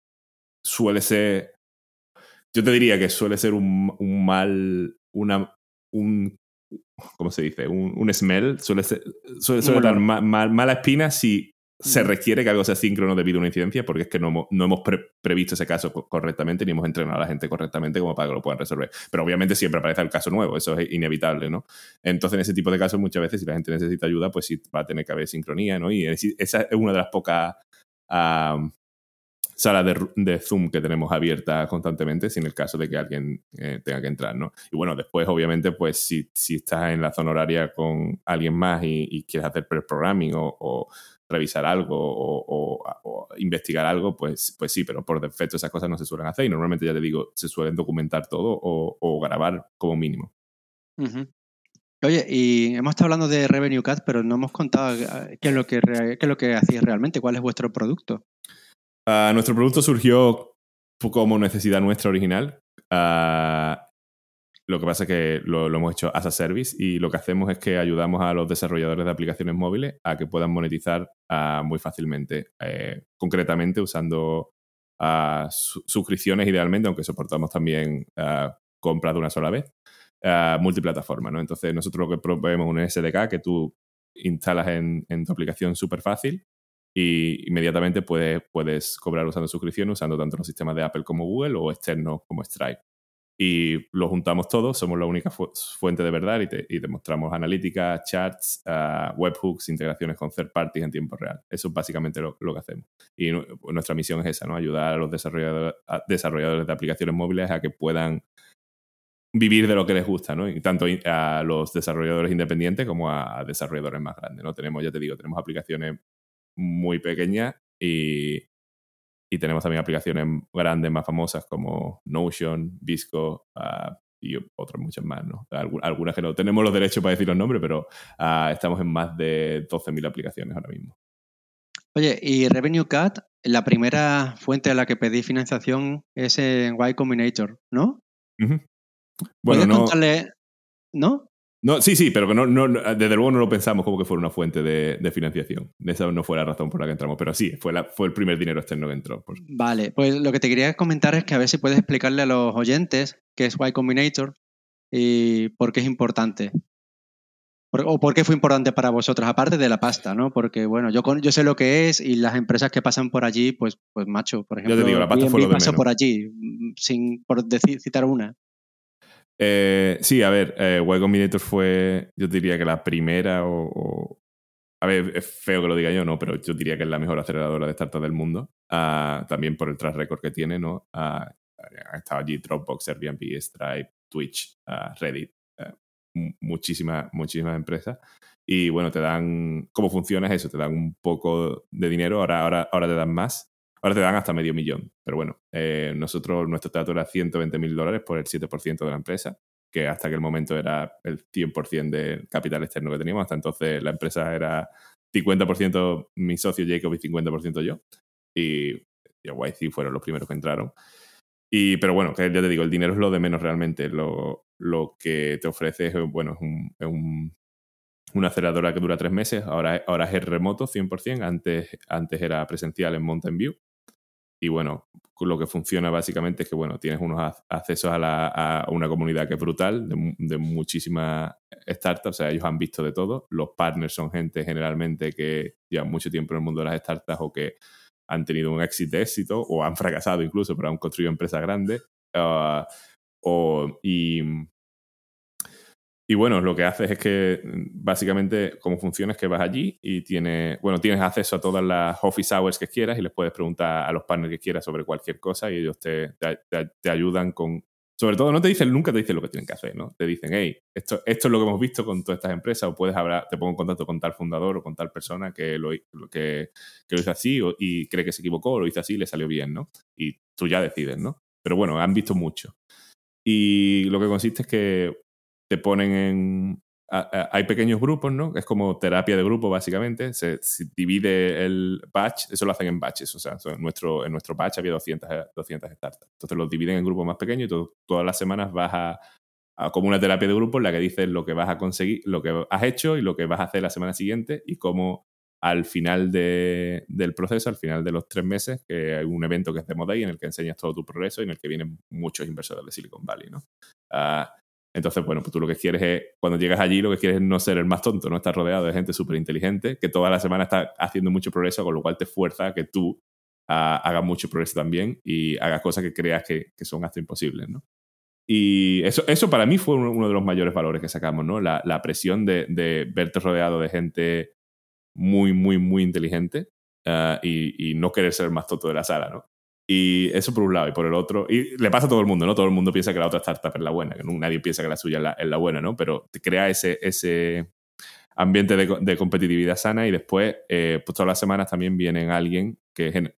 [SPEAKER 2] yo te diría que suele ser ¿cómo se dice? Un smell, suele dar mala espina si se requiere que algo sea síncrono debido a una incidencia, porque es que no hemos previsto ese caso correctamente ni hemos entrenado a la gente correctamente como para que lo puedan resolver. Pero obviamente siempre aparece el caso nuevo, eso es inevitable, ¿no? Entonces, en ese tipo de casos, muchas veces, si la gente necesita ayuda, pues sí va a tener que haber sincronía, ¿no? Y esa es una de las pocas salas de Zoom que tenemos abiertas constantemente, sin el caso de que alguien tenga que entrar, ¿no? Y bueno, después, obviamente, pues si estás en la zona horaria con alguien más y quieres hacer pre-programming o revisar algo o investigar algo, pues sí, pero por defecto esas cosas no se suelen hacer y normalmente, ya te digo, se suelen documentar todo o grabar como mínimo.
[SPEAKER 1] Oye, y hemos estado hablando de Revenue Cat, pero no hemos contado qué es lo que hacéis realmente, cuál es vuestro producto.
[SPEAKER 2] Nuestro producto surgió como necesidad nuestra original. Lo que pasa es que lo hemos hecho as a service y lo que hacemos es que ayudamos a los desarrolladores de aplicaciones móviles a que puedan monetizar muy fácilmente, concretamente usando suscripciones idealmente, aunque soportamos también compras de una sola vez, multiplataforma, ¿no? Entonces nosotros lo que proveemos es un SDK que tú instalas en tu aplicación súper fácil y inmediatamente puedes cobrar usando suscripción, usando tanto los sistemas de Apple como Google o externos como Stripe. Y lo juntamos todo, somos la única fuente de verdad y te mostramos analítica, charts, webhooks, integraciones con third parties en tiempo real. Eso es básicamente lo que hacemos. Y nuestra misión es esa, ¿no? Ayudar a los desarrolladores de aplicaciones móviles a que puedan vivir de lo que les gusta, ¿no? Y tanto a los desarrolladores independientes como a desarrolladores más grandes, ¿no? Tenemos, ya te digo, tenemos aplicaciones muy pequeñas y tenemos también aplicaciones grandes más famosas como Notion, Visco y otras muchas más, ¿no? Algunas que no tenemos los derechos para decir los nombres, pero estamos en más de 12.000 aplicaciones ahora mismo.
[SPEAKER 1] Oye, y Revenue Cat, la primera fuente a la que pedí financiación es en Y Combinator, ¿no?
[SPEAKER 2] Uh-huh. Bueno,
[SPEAKER 1] ¿Puedes
[SPEAKER 2] no...
[SPEAKER 1] contarle, no?
[SPEAKER 2] No, sí, pero que desde luego no lo pensamos como que fuera una fuente de financiación. Esa no fue la razón por la que entramos, pero sí, fue el primer dinero externo que entró.
[SPEAKER 1] Vale, pues lo que te quería comentar es que a ver si puedes explicarle a los oyentes qué es Y Combinator y por qué es importante. O por qué fue importante para vosotros, aparte de la pasta, ¿no? Porque, bueno, yo sé lo que es y las empresas que pasan por allí, pues macho, por
[SPEAKER 2] Ya te digo,
[SPEAKER 1] ejemplo,
[SPEAKER 2] la pasta fue lo
[SPEAKER 1] B&B
[SPEAKER 2] de
[SPEAKER 1] pasó
[SPEAKER 2] menos.
[SPEAKER 1] por allí, citar una.
[SPEAKER 2] Sí, a ver, Y Combinator fue, yo diría que la primera a ver, es feo que lo diga yo, ¿no? Pero yo diría que es la mejor aceleradora de startups del mundo. También por el track record que tiene, ¿no? Ha estado allí Dropbox, Airbnb, Stripe, Twitch, Reddit, muchísimas empresas. Y bueno, te dan, ¿cómo funciona es eso? Te dan un poco de dinero, ahora te dan más. Ahora te dan hasta $500,000. Pero bueno, nuestro trato era $120,000 por el 7% de la empresa, que hasta aquel momento era el 100% del capital externo que teníamos. Hasta entonces la empresa era 50% mi socio Jacob y 50% yo. Y YC fueron los primeros que entraron. Pero bueno, que ya te digo, el dinero es lo de menos realmente. Lo que te ofrece es, bueno, es una aceleradora que dura 3 meses. Ahora es remoto 100%. Antes era presencial en Mountain View. Y bueno, lo que funciona básicamente es que bueno, tienes unos accesos a una comunidad que es brutal, de muchísimas startups. O sea, ellos han visto de todo. Los partners son gente generalmente que llevan mucho tiempo en el mundo de las startups o que han tenido un éxito o han fracasado incluso, pero han construido empresas grandes. Y bueno, lo que haces es que básicamente cómo funciona es que vas allí y tienes acceso a todas las office hours que quieras y les puedes preguntar a los partners que quieras sobre cualquier cosa y ellos te ayudan con... Sobre todo nunca te dicen lo que tienen que hacer, ¿no? Te dicen, hey, esto es lo que hemos visto con todas estas empresas o puedes hablar, te pongo en contacto con tal fundador o con tal persona que lo hizo así y cree que se equivocó o lo hizo así y le salió bien, ¿no? Y tú ya decides, ¿no? Pero bueno, han visto mucho. Y lo que consiste es que te ponen hay pequeños grupos, ¿no? Es como terapia de grupo, básicamente. Se divide el batch, eso lo hacen en batches. O sea, en nuestro batch había 200 startups. Entonces los dividen en grupos más pequeños y todas las semanas vas a como una terapia de grupo en la que dices lo que vas a conseguir, lo que has hecho y lo que vas a hacer la semana siguiente y cómo al final del proceso, al final de los 3 meses, que hay un evento que es Demo Day en el que enseñas todo tu progreso y en el que vienen muchos inversores de Silicon Valley, ¿no? Entonces, bueno, pues tú lo que quieres es, cuando llegas allí, lo que quieres es no ser el más tonto, ¿no? Estar rodeado de gente súper inteligente que toda la semana está haciendo mucho progreso, con lo cual te fuerza a que tú hagas mucho progreso también y hagas cosas que creas que son hasta imposibles, ¿no? Y eso para mí fue uno de los mayores valores que sacamos, ¿no? La presión de verte rodeado de gente muy, muy, muy inteligente y no querer ser el más tonto de la sala, ¿no? Y eso por un lado. Y por el otro... Y le pasa a todo el mundo, ¿no? Todo el mundo piensa que la otra startup es la buena, que nadie piensa que la suya es la buena, ¿no? Pero te crea ese ambiente de competitividad sana y después, pues todas las semanas también vienen alguien que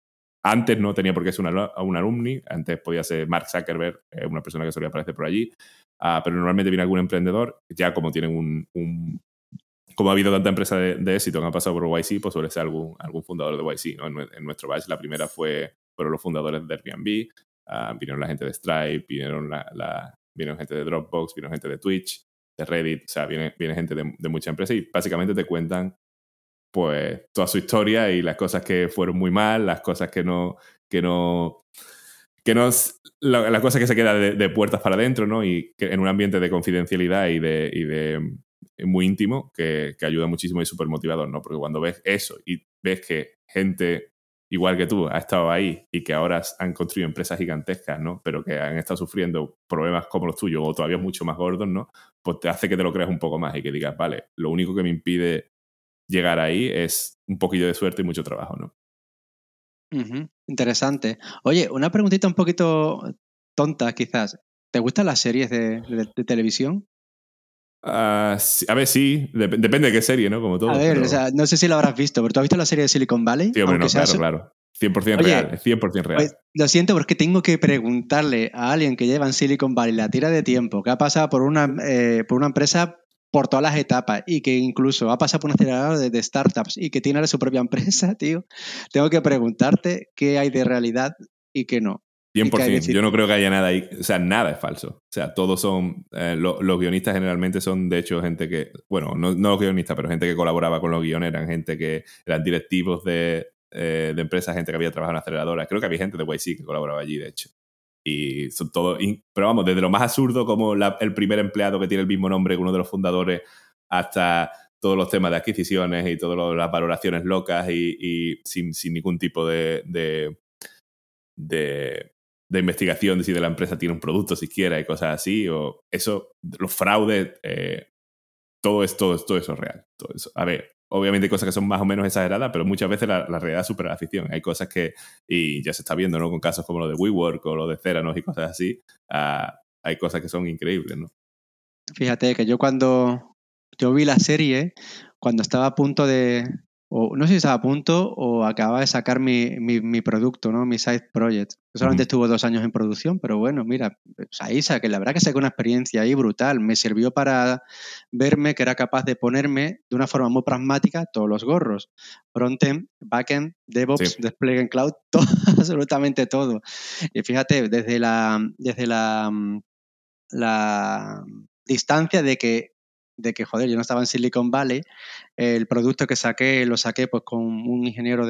[SPEAKER 2] Antes no tenía por qué ser un alumni, antes podía ser Mark Zuckerberg, una persona que solía aparecer por allí, pero normalmente viene algún emprendedor, ya como tienen como ha habido tanta empresa de éxito que han pasado por YC, pues suele ser algún fundador de YC, ¿no? En nuestro batch la primera fueron los fundadores de Airbnb, vinieron la gente de Stripe, vinieron gente de Dropbox, vinieron gente de Twitch, de Reddit, o sea, viene gente de muchas empresas y básicamente te cuentan pues toda su historia y las cosas que fueron muy mal, las cosas las cosas que se quedan de puertas para adentro, ¿no? Y que en un ambiente de confidencialidad y de muy íntimo que ayuda muchísimo y es súper motivador, ¿no? Porque cuando ves eso y ves que gente igual que tú ha estado ahí y que ahora han construido empresas gigantescas, ¿no? Pero que han estado sufriendo problemas como los tuyos o todavía mucho más gordos, ¿no? Pues te hace que te lo creas un poco más y que digas, vale, lo único que me impide llegar ahí es un poquillo de suerte y mucho trabajo, ¿no?
[SPEAKER 1] Interesante. Oye, una preguntita un poquito tonta quizás. ¿Te gustan las series de televisión?
[SPEAKER 2] Sí, a ver, sí, depende de qué serie, ¿no? Como todo.
[SPEAKER 1] A ver,
[SPEAKER 2] Pero...
[SPEAKER 1] o sea, no sé si lo habrás visto, pero ¿tú has visto la serie de Silicon Valley?
[SPEAKER 2] Sí, hombre,
[SPEAKER 1] Aunque
[SPEAKER 2] no,
[SPEAKER 1] sea
[SPEAKER 2] claro. 100%
[SPEAKER 1] Oye,
[SPEAKER 2] real, es 100% real.
[SPEAKER 1] pues, lo siento porque tengo que preguntarle a alguien que lleva en Silicon Valley la tira de tiempo, que ha pasado por una empresa por todas las etapas y que incluso ha pasado por una aceleradora de startups y que tiene ahora su propia empresa, tío. Tengo que preguntarte qué hay de realidad y qué no.
[SPEAKER 2] 100%. Yo no creo que haya nada ahí. O sea, nada es falso. O sea, todos son... los guionistas generalmente son, de hecho, gente que... Bueno, no los guionistas, pero gente que colaboraba con los guiones. Eran gente que eran directivos de empresas, gente que había trabajado en aceleradoras. Creo que había gente de YC que colaboraba allí, de hecho. Y son todos... Pero vamos, desde lo más absurdo como el primer empleado que tiene el mismo nombre que uno de los fundadores hasta todos los temas de adquisiciones y todas las valoraciones locas y sin ningún tipo de investigación de si de la empresa tiene un producto siquiera y cosas así, o eso, los fraudes, todo eso es real. Todo eso. A ver, obviamente hay cosas que son más o menos exageradas, pero muchas veces la realidad supera la ficción. Hay cosas que, y ya se está viendo, ¿no? Con casos como lo de WeWork o lo de Theranos y cosas así, hay cosas que son increíbles, ¿no?
[SPEAKER 1] Fíjate que yo vi la serie cuando estaba a punto o no sé si estaba a punto o acababa de sacar mi producto, ¿no? Mi side project. Solamente estuvo 2 años en producción, pero bueno, mira, pues ahí saqué, la verdad que saqué una experiencia ahí brutal. Me sirvió para verme que era capaz de ponerme de una forma muy pragmática todos los gorros. Frontend, backend, DevOps,
[SPEAKER 2] Sí.
[SPEAKER 1] despliegue en cloud, todo, absolutamente todo. Y fíjate, desde la distancia de que, joder, yo no estaba en Silicon Valley, el producto que saqué, lo saqué pues con un ingeniero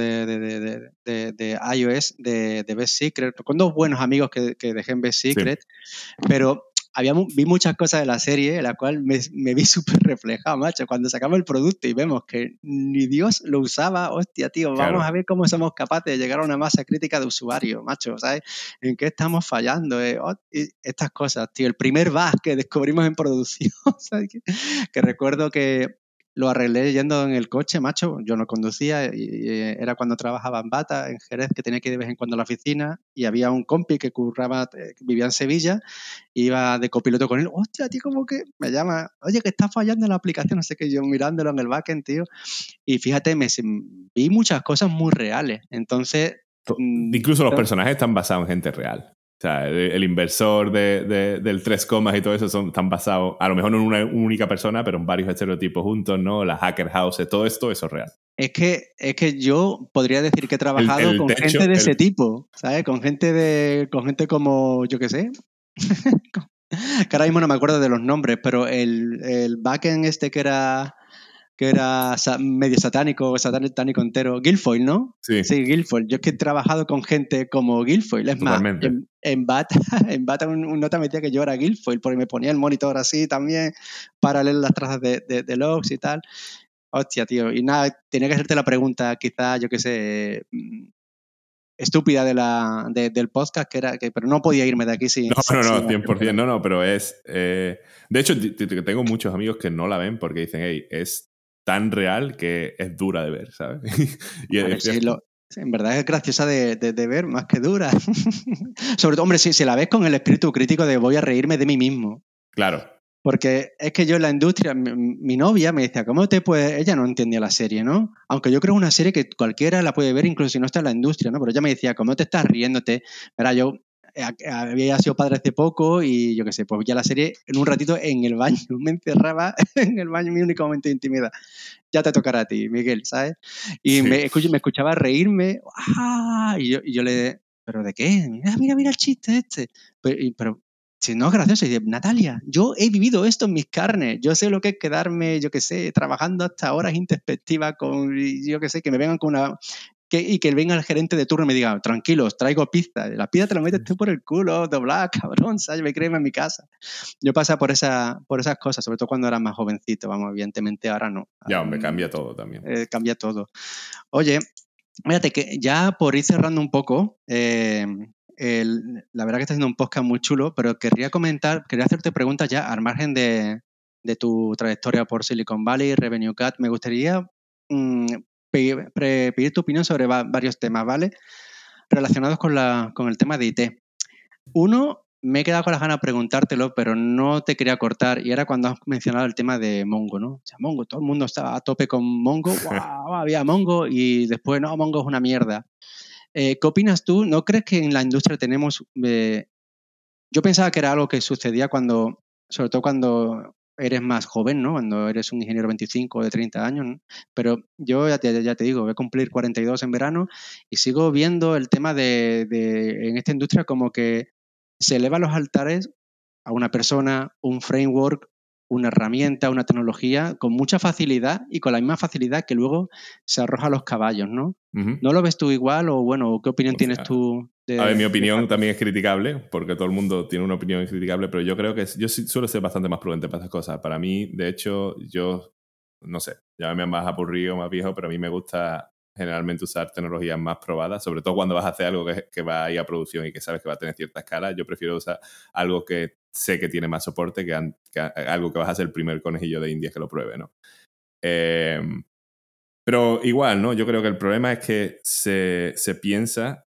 [SPEAKER 1] de iOS, de Best Secret, con 2 buenos amigos que dejé en Best Secret, pero vi muchas cosas de la serie en la cual me vi súper reflejado, macho. Cuando sacamos el producto y vemos que ni Dios lo usaba, hostia, tío,
[SPEAKER 2] Claro.
[SPEAKER 1] vamos a ver cómo somos capaces de llegar a una masa crítica de usuarios, macho, ¿sabes? ¿En qué estamos fallando? Y estas cosas, tío. El primer bug que descubrimos en producción, ¿sabes? Que recuerdo que lo arreglé yendo en el coche, macho. Yo no conducía y era cuando trabajaba en Bata, en Jerez, que tenía que ir de vez en cuando a la oficina y había un compi que vivía en Sevilla, iba de copiloto con él. Hostia, tío, como que me llama, oye, que está fallando la aplicación, no sé qué, yo mirándolo en el backend, tío. Y fíjate, vi muchas cosas muy reales. Entonces...
[SPEAKER 2] Incluso los personajes están basados en gente real. O sea, el inversor del 3 comas y todo eso están basados, a lo mejor no en una única persona, pero en varios estereotipos juntos, ¿no? Las hacker houses, todo esto, eso es real.
[SPEAKER 1] Es que yo podría decir que he trabajado con gente de ese tipo, ¿sabes? Con gente como, yo qué sé, que ahora mismo no me acuerdo de los nombres, pero el backend este que era medio satánico entero, Guilfoyle, ¿no?
[SPEAKER 2] Sí,
[SPEAKER 1] Guilfoyle. Yo es que he trabajado con gente como Guilfoyle. Es
[SPEAKER 2] totalmente.
[SPEAKER 1] más, en Bata un nota me decía que yo era Guilfoyle, porque me ponía el monitor así también para leer las trazas de logs y tal. Hostia, tío. Y nada, tenía que hacerte la pregunta, quizá, yo qué sé, estúpida del podcast, pero no podía irme de aquí sin...
[SPEAKER 2] No, 100%,
[SPEAKER 1] hacértela.
[SPEAKER 2] no, pero es... de hecho, tengo muchos amigos que no la ven porque dicen, hey, es tan real que es dura de ver, ¿sabes? Y
[SPEAKER 1] A ver,
[SPEAKER 2] es cierto.
[SPEAKER 1] en verdad es graciosa de ver, más que dura. Sobre todo, hombre, si la ves con el espíritu crítico de voy a reírme de mí mismo.
[SPEAKER 2] Claro,
[SPEAKER 1] Porque es que yo en la industria, mi novia me decía, ¿cómo te puedes...? Ella no entendía la serie, ¿no? Aunque yo creo que es una serie que cualquiera la puede ver, incluso si no está en la industria, ¿no? Pero ella me decía, ¿cómo te estás riéndote? Verá, yo había sido padre hace poco y yo qué sé, pues ya la serie en un ratito en el baño, me encerraba en el baño, mi único momento de intimidad. Ya te tocará a ti, Miguel, ¿sabes? Y
[SPEAKER 2] Sí.
[SPEAKER 1] me escuchaba reírme, ¡ah! Y yo le... ¿Pero de qué? Mira el chiste este. Pero si no es gracioso, y dice, Natalia, yo he vivido esto en mis carnes, yo sé lo que es quedarme, yo qué sé, trabajando hasta horas introspectivas con, yo qué sé, que me vengan con una... y que venga el gerente de turno y me diga, tranquilos, traigo pizza, la pizza te la metes tú por el culo, doblada, cabrón, ¿sabes? Me créeme en mi casa. Yo pasaba por esas cosas, sobre todo cuando era más jovencito, vamos, evidentemente ahora no.
[SPEAKER 2] Ya, hombre, cambia todo también.
[SPEAKER 1] Cambia todo. Oye, fíjate que ya por ir cerrando un poco, la verdad que está siendo un podcast muy chulo, pero quería hacerte preguntas ya al margen de tu trayectoria por Silicon Valley, Revenue Cat. Me gustaría pedir tu opinión sobre varios temas, ¿vale? Relacionados con el tema de IT. Uno, me he quedado con las ganas de preguntártelo, pero no te quería cortar, y era cuando has mencionado el tema de Mongo, ¿no? O sea, Mongo, todo el mundo estaba a tope con Mongo, ¡wow! Había Mongo, y después, no, Mongo es una mierda. ¿Qué opinas tú? ¿No crees que en la industria tenemos... yo pensaba que era algo que sucedía sobre todo cuando eres más joven, ¿no? Cuando eres un ingeniero 25 o de 30 años, ¿no? Pero yo ya te digo, voy a cumplir 42 en verano y sigo viendo el tema en esta industria como que se eleva a los altares a una persona, un framework, una herramienta, una tecnología con mucha facilidad y con la misma facilidad que luego se arroja a los caballos, ¿no?
[SPEAKER 2] Uh-huh.
[SPEAKER 1] ¿No lo ves tú igual o, bueno, qué opinión tienes tú
[SPEAKER 2] a ver, mi opinión también es criticable, porque todo el mundo tiene una opinión criticable, pero yo creo que yo suelo ser bastante más prudente para estas cosas. Para mí, de hecho, yo, no sé, llámame más aburrido, más viejo, pero a mí me gusta generalmente usar tecnologías más probadas, sobre todo cuando vas a hacer algo que va a ir a producción y que sabes que va a tener cierta escala. Yo prefiero usar algo que sé que tiene más soporte que algo que vas a ser el primer conejillo de Indias que lo pruebe, ¿no? Pero igual, ¿no? Yo creo que el problema es que se piensa...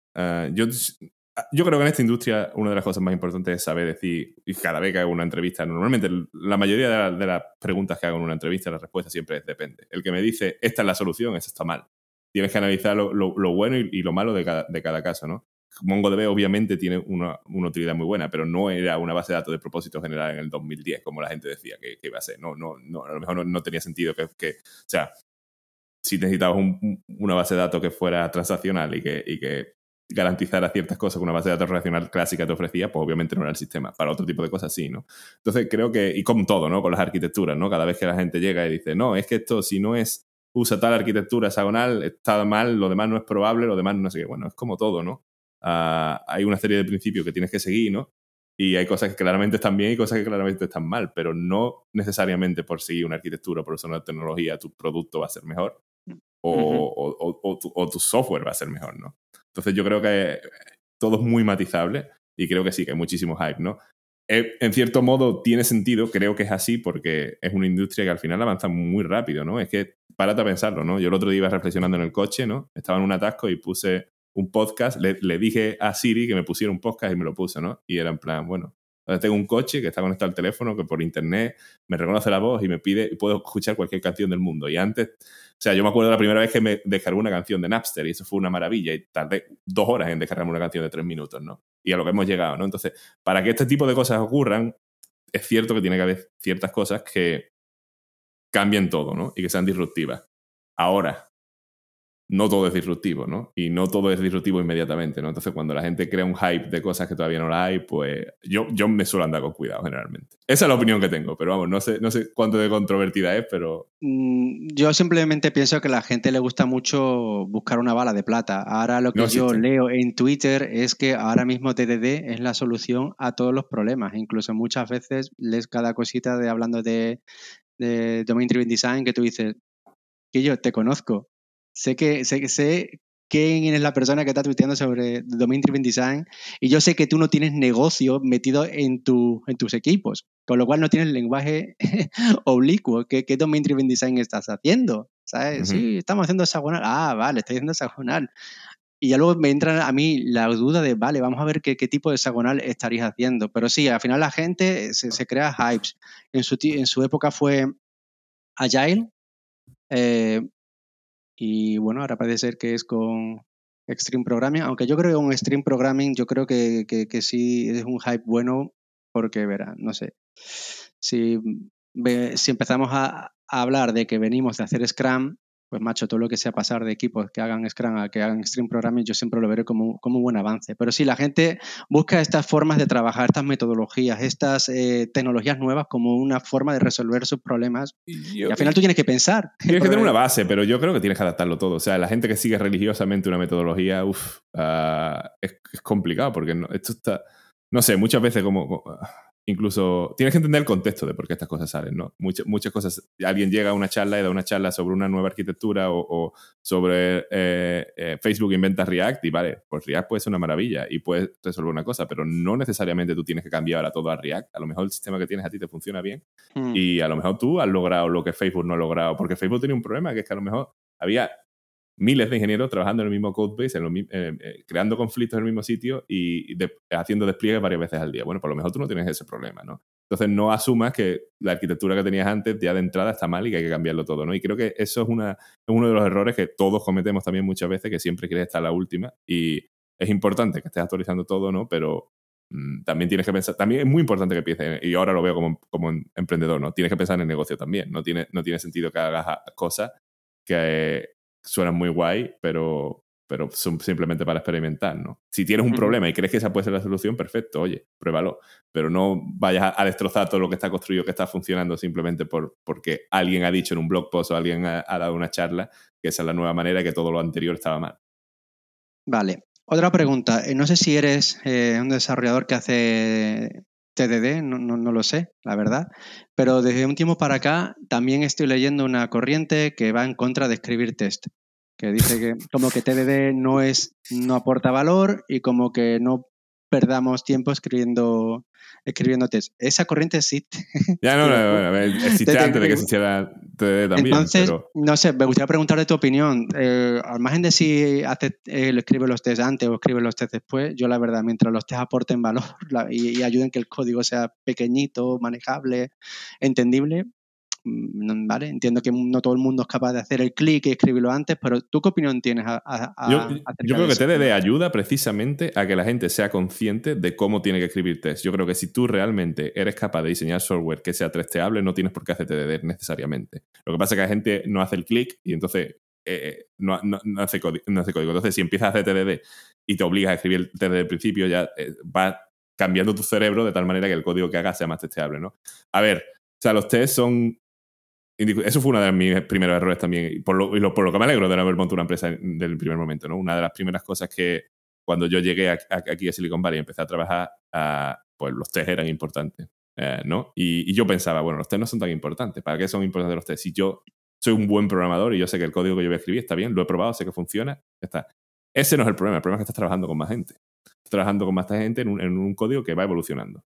[SPEAKER 2] yo creo que en esta industria una de las cosas más importantes es saber decir, y cada vez que hago una entrevista, normalmente la mayoría de las preguntas que hago en una entrevista, la respuesta siempre es depende. El que me dice, esta es la solución, eso está mal. Tienes que analizar lo bueno y lo malo de cada caso, ¿no? MongoDB obviamente tiene una utilidad muy buena, pero no era una base de datos de propósito general en el 2010, como la gente decía que iba a ser. No, a lo mejor no tenía sentido o sea, si necesitabas una base de datos que fuera transaccional y que garantizara ciertas cosas que una base de datos relacional clásica te ofrecía, pues obviamente no era el sistema. Para otro tipo de cosas sí, ¿no? Entonces creo que, y con todo, ¿no? Con las arquitecturas, ¿no? Cada vez que la gente llega y dice, no, es que esto si no usa tal arquitectura hexagonal, está mal, lo demás no es probable, lo demás no sé qué. Bueno, es como todo, ¿no? Hay una serie de principios que tienes que seguir, ¿no? Y hay cosas que claramente están bien y cosas que claramente están mal, pero no necesariamente por seguir una arquitectura, por usar una tecnología, tu producto va a ser mejor o tu software va a ser mejor, ¿no? Entonces yo creo que todo es muy matizable y creo que sí, que hay muchísimo hype, ¿no? En cierto modo tiene sentido, creo que es así porque es una industria que al final avanza muy rápido, ¿no? Es que párate a pensarlo, ¿no? Yo el otro día iba reflexionando en el coche, ¿no? Estaba en un atasco y puse un podcast, le dije a Siri que me pusiera un podcast y me lo puso, ¿no? Y era en plan, bueno, ahora tengo un coche que está conectado al teléfono, que por internet me reconoce la voz y me pide, y puedo escuchar cualquier canción del mundo. Y antes, o sea, yo me acuerdo de la primera vez que me descargó una canción de Napster y eso fue una maravilla y tardé 2 horas en descargarme una canción de 3 minutos, ¿no? Y a lo que hemos llegado, ¿no? Entonces, para que este tipo de cosas ocurran, es cierto que tiene que haber ciertas cosas que cambien todo, ¿no? Y que sean disruptivas. Ahora, no todo es disruptivo, ¿no? Y no todo es disruptivo inmediatamente, ¿no? Entonces, cuando la gente crea un hype de cosas que todavía no la hay, pues yo me suelo andar con cuidado generalmente. Esa es la opinión que tengo, pero vamos, no sé cuánto de controvertida es, pero...
[SPEAKER 1] Yo simplemente pienso que a la gente le gusta mucho buscar una bala de plata. Ahora lo que yo leo en Twitter es que ahora mismo TDD es la solución a todos los problemas. Incluso muchas veces lees cada cosita hablando de Domain Driven Design que tú dices, que yo te conozco. Sé quién es la persona que está tuiteando sobre Domain Driven Design y yo sé que tú no tienes negocio metido en tus equipos, con lo cual no tienes lenguaje oblicuo. ¿Qué Domain Driven Design estás haciendo? ¿Sabes? Sí, estamos haciendo hexagonal. Ah, vale, estoy haciendo hexagonal. Y ya luego me entra a mí la duda de, vale, vamos a ver qué tipo de hexagonal estaréis haciendo. Pero sí, al final la gente se crea hypes. En su época fue Agile, y bueno, ahora parece ser que es con Extreme Programming, aunque yo creo que con Extreme Programming yo creo que sí es un hype bueno, porque verá, no sé, si empezamos a hablar de que venimos de hacer Scrum, pues macho, todo lo que sea pasar de equipos que hagan Scrum a que hagan Extreme Programming, yo siempre lo veré como un buen avance. Pero sí, la gente busca estas formas de trabajar, estas metodologías, estas tecnologías nuevas como una forma de resolver sus problemas. Y al final tú tienes que pensar.
[SPEAKER 2] Tienes que tener una base, pero yo creo que tienes que adaptarlo todo. O sea, la gente que sigue religiosamente una metodología, es complicado porque esto está... No sé, muchas veces incluso tienes que entender el contexto de por qué estas cosas salen, ¿no? Muchas cosas... Alguien llega a una charla y da una charla sobre una nueva arquitectura o sobre Facebook inventa React y vale, pues React puede ser una maravilla y puedes resolver una cosa, pero no necesariamente tú tienes que cambiar a todo a React. A lo mejor el sistema que tienes a ti te funciona bien y a lo mejor tú has logrado lo que Facebook no ha logrado, porque Facebook tenía un problema, que es que a lo mejor había miles de ingenieros trabajando en el mismo codebase, creando conflictos en el mismo sitio y haciendo despliegues varias veces al día. Bueno, por lo mejor tú no tienes ese problema, ¿no? Entonces no asumas que la arquitectura que tenías antes ya de entrada está mal y que hay que cambiarlo todo, ¿no? Y creo que eso es uno de los errores que todos cometemos también muchas veces, que siempre quieres estar la última y es importante que estés actualizando todo, ¿no? Pero también tienes que pensar, también es muy importante que empieces, y ahora lo veo como emprendedor, ¿no? Tienes que pensar en el negocio también, no tiene sentido que hagas cosas que suenan muy guay, pero son simplemente para experimentar, ¿no? Si tienes un problema y crees que esa puede ser la solución, perfecto, oye, pruébalo. Pero no vayas a destrozar todo lo que está construido, que está funcionando simplemente porque alguien ha dicho en un blog post o alguien ha dado una charla que esa es la nueva manera y que todo lo anterior estaba mal.
[SPEAKER 1] Vale. Otra pregunta. No sé si eres un desarrollador que hace TDD, no lo sé, la verdad. Pero desde un tiempo para acá también estoy leyendo una corriente que va en contra de escribir test, que dice que como que TDD no aporta valor y como que no perdamos tiempo escribiendo test. Esa corriente existe.
[SPEAKER 2] Ya bueno, existe antes de que existiera TDD también.
[SPEAKER 1] Entonces,
[SPEAKER 2] pero...
[SPEAKER 1] no sé, me gustaría preguntarle tu opinión. Al margen de si escribe los test antes o escribe los test después, yo la verdad, mientras los test aporten valor y ayuden que el código sea pequeñito, manejable, entendible, ¿vale? Entiendo que no todo el mundo es capaz de hacer el clic y escribirlo antes, pero ¿tú qué opinión tienes
[SPEAKER 2] Yo
[SPEAKER 1] acerca
[SPEAKER 2] creo
[SPEAKER 1] de
[SPEAKER 2] que
[SPEAKER 1] eso?
[SPEAKER 2] TDD ayuda precisamente a que la gente sea consciente de cómo tiene que escribir test. Yo creo que si tú realmente eres capaz de diseñar software que sea testeable, no tienes por qué hacer TDD necesariamente. Lo que pasa es que la gente no hace el clic y entonces no hace código. Entonces, si empiezas a hacer TDD y te obligas a escribir el TDD del principio, ya va cambiando tu cerebro de tal manera que el código que hagas sea más testeable, ¿no? A ver, o sea, los tests son... Eso fue uno de mis primeros errores también, por lo que me alegro de no haber montado una empresa del primer momento, ¿no? Una de las primeras cosas que cuando yo llegué aquí a Silicon Valley y empecé a trabajar, pues los test eran importantes, ¿no? Y yo pensaba, bueno, los test no son tan importantes. ¿Para qué son importantes los test? Si yo soy un buen programador y yo sé que el código que yo voy a escribir está bien, lo he probado, sé que funciona, ya está. Ese no es el problema es que estás trabajando con más gente. Estás trabajando con más gente en un código que va evolucionando.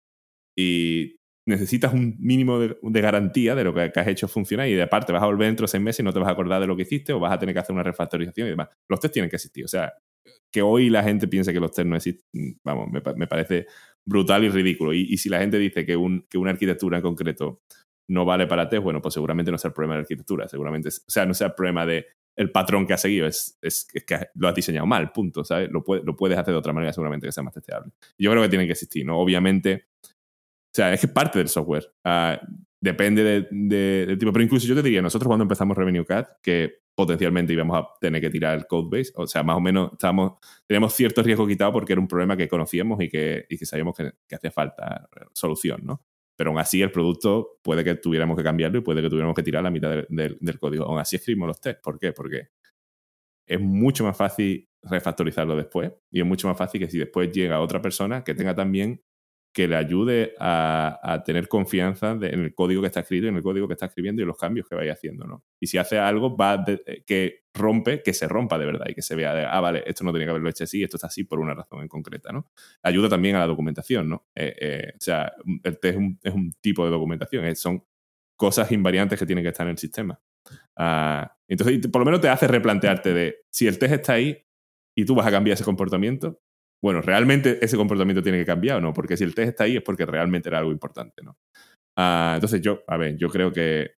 [SPEAKER 2] Y necesitas un mínimo de garantía de lo que has hecho funcionar y de aparte vas a volver dentro de 6 meses y no te vas a acordar de lo que hiciste o vas a tener que hacer una refactorización y demás. Los test tienen que existir. O sea, que hoy la gente piense que los test no existen, vamos, me parece brutal y ridículo. Y si la gente dice que una arquitectura en concreto no vale para test, bueno, pues seguramente no sea el problema de la arquitectura. Seguramente, o sea, no sea el problema de el patrón que has seguido, es que lo has diseñado mal, punto, ¿sabes? Lo puedes hacer de otra manera seguramente que sea más testeable. Yo creo que tienen que existir, ¿no? Obviamente, o sea, es que es parte del software. Depende del tipo. Pero incluso yo te diría, nosotros cuando empezamos Revenue Cat, que potencialmente íbamos a tener que tirar el codebase, o sea, más o menos teníamos cierto riesgo quitado porque era un problema que conocíamos y que sabíamos que hacía falta solución, ¿no? Pero aún así el producto puede que tuviéramos que cambiarlo y puede que tuviéramos que tirar la mitad del código. Aún así escribimos los tests. ¿Por qué? Porque es mucho más fácil refactorizarlo después y es mucho más fácil que si después llega otra persona que tenga también que le ayude a tener confianza en el código que está escrito y en el código que está escribiendo y los cambios que vaya haciendo, ¿no? Y si hace algo que se rompa de verdad y que se vea vale, esto no tenía que haberlo hecho así, esto está así por una razón en concreta, ¿no? Ayuda también a la documentación, ¿no? O sea, el test es un tipo de documentación, son cosas invariantes que tienen que estar en el sistema. Entonces, por lo menos te hace replantearte de si el test está ahí y tú vas a cambiar ese comportamiento, bueno, ¿realmente ese comportamiento tiene que cambiar o no? Porque si el test está ahí es porque realmente era algo importante, ¿no? Entonces yo creo que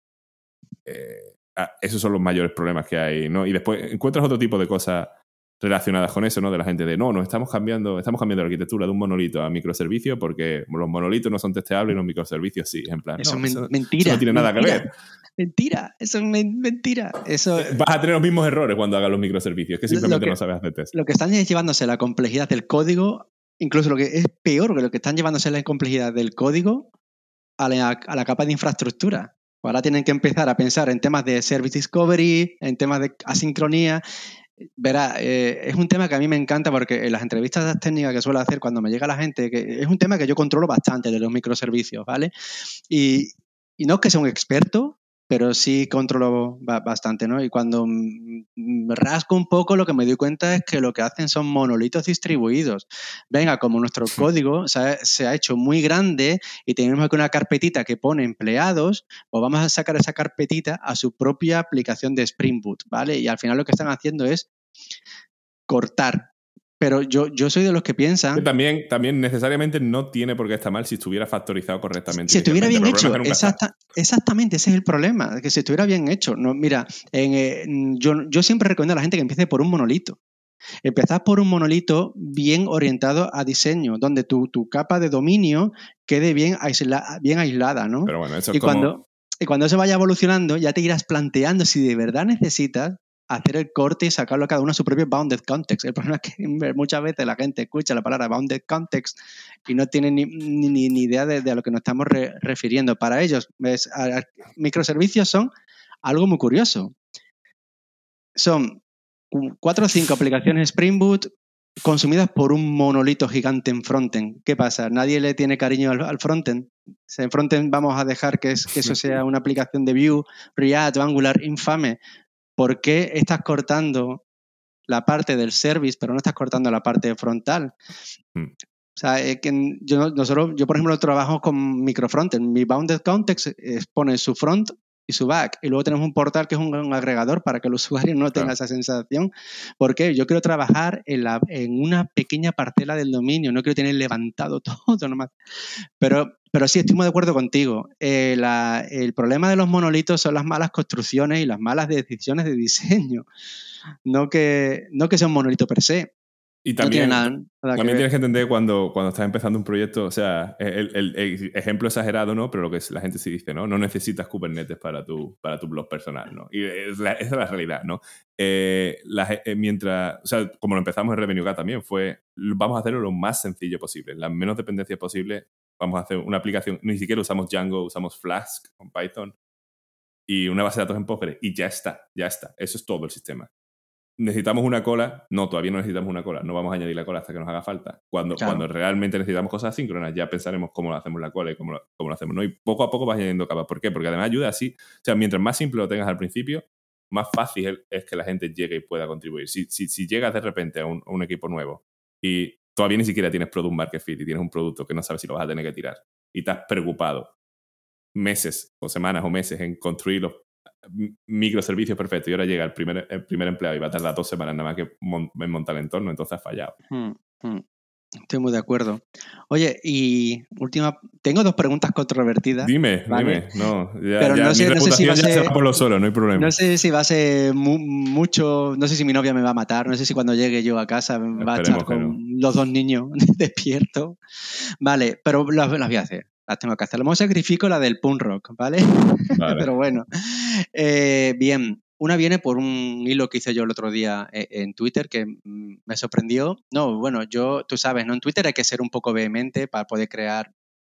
[SPEAKER 2] esos son los mayores problemas que hay, ¿no? Y después encuentras otro tipo de cosas relacionadas con eso, ¿no? De la gente de, no, estamos cambiando la arquitectura de un monolito a microservicio porque los monolitos no son testeables y los microservicios sí. En plan,
[SPEAKER 1] Eso
[SPEAKER 2] no,
[SPEAKER 1] es
[SPEAKER 2] eso
[SPEAKER 1] mentira.
[SPEAKER 2] no tiene nada que ver.
[SPEAKER 1] Mentira, eso es mentira. Eso,
[SPEAKER 2] vas a tener los mismos errores cuando hagas los microservicios, que simplemente no sabes hacer test.
[SPEAKER 1] Lo que están es llevándose la complejidad del código, incluso lo que es peor que lo que están llevándose la complejidad del código a la capa de infraestructura. Ahora tienen que empezar a pensar en temas de service discovery, en temas de asincronía. Verá, es un tema que a mí me encanta porque en las entrevistas técnicas que suelo hacer cuando me llega la gente, que es un tema que yo controlo bastante de los microservicios, ¿vale? Y no es que sea un experto, pero sí controlo bastante, ¿no? Y cuando me rasco un poco, lo que me doy cuenta es que lo que hacen son monolitos distribuidos. Venga, como nuestro código se ha hecho muy grande y tenemos aquí una carpetita que pone empleados, pues vamos a sacar esa carpetita a su propia aplicación de Spring Boot, ¿vale? Y al final lo que están haciendo es cortar. Pero yo soy de los que piensan...
[SPEAKER 2] Que también necesariamente no tiene por qué estar mal si estuviera factorizado correctamente.
[SPEAKER 1] Si estuviera bien hecho,
[SPEAKER 2] es
[SPEAKER 1] exactamente, ese es el problema, que si estuviera bien hecho. No, mira, yo siempre recomiendo a la gente que empiece por un monolito. Empezar por un monolito bien orientado a diseño, donde tu capa de dominio quede bien aislada, ¿no?
[SPEAKER 2] Pero bueno, eso es
[SPEAKER 1] Y cuando eso vaya evolucionando, ya te irás planteando si de verdad necesitas hacer el corte y sacarlo a cada uno a su propio bounded context. El problema es que muchas veces la gente escucha la palabra bounded context y no tiene ni idea de a lo que nos estamos refiriendo. Para ellos, microservicios son algo muy curioso. Son 4 o 5 aplicaciones Spring Boot consumidas por un monolito gigante en frontend. ¿Qué pasa? ¿Nadie le tiene cariño al frontend? En frontend vamos a dejar que eso sea una aplicación de Vue, React o Angular infame. ¿Por qué estás cortando la parte del service, pero no estás cortando la parte frontal? O sea, yo, por ejemplo, trabajo con microfrontend. Mi bounded context pone su front y su back. Y luego tenemos un portal que es un agregador para que el usuario no tenga esa sensación. ¿Por qué? Yo quiero trabajar en una pequeña parcela del dominio. No quiero tener levantado todo nomás. Pero sí, estoy muy de acuerdo contigo. El problema de los monolitos son las malas construcciones y las malas decisiones de diseño. No que sea un monolito per se.
[SPEAKER 2] Y también,
[SPEAKER 1] no tiene nada
[SPEAKER 2] también tienes que entender cuando estás empezando un proyecto, o sea, el ejemplo exagerado, ¿no? Pero lo que la gente sí dice, ¿no? No necesitas Kubernetes para tu blog personal, ¿no? Y esa es la realidad, ¿no? Mientras, o sea, como lo empezamos en RevenueGuard también, vamos a hacerlo lo más sencillo posible, las menos dependencias posible. Vamos a hacer una aplicación, ni siquiera usamos Django, usamos Flask con Python y una base de datos en Postgres y ya está. Eso es todo el sistema. ¿Necesitamos una cola? No, todavía no necesitamos una cola. No vamos a añadir la cola hasta que nos haga falta. Cuando realmente necesitamos cosas asíncronas, ya pensaremos cómo lo hacemos la cola y cómo lo hacemos, ¿no? Y poco a poco vas añadiendo capas. ¿Por qué? Porque además ayuda así. O sea, mientras más simple lo tengas al principio, más fácil es que la gente llegue y pueda contribuir. Si llegas de repente a un equipo nuevo y todavía ni siquiera tienes product market fit y tienes un producto que no sabes si lo vas a tener que tirar y estás preocupado meses o semanas o meses en construir los microservicios perfectos y ahora llega el primer empleado y va a tardar 2 semanas nada más que en montar el entorno, entonces has fallado.
[SPEAKER 1] Estoy muy de acuerdo. Oye, y tengo 2 preguntas controvertidas.
[SPEAKER 2] Dime. No,
[SPEAKER 1] pero no sé si va a ser,
[SPEAKER 2] se va por lo solo, no hay problema.
[SPEAKER 1] No sé si va a ser mucho, no sé si mi novia me va a matar, no sé si cuando llegue yo a casa va a estar con los 2 niños despiertos. Vale, pero las voy a hacer. Las tengo que hacer. Lo más sacrifico la del punk rock, ¿vale? Pero bueno. Bien, una viene por un hilo que hice yo el otro día en Twitter que me sorprendió. No, bueno, tú sabes, ¿no? En Twitter hay que ser un poco vehemente para poder crear...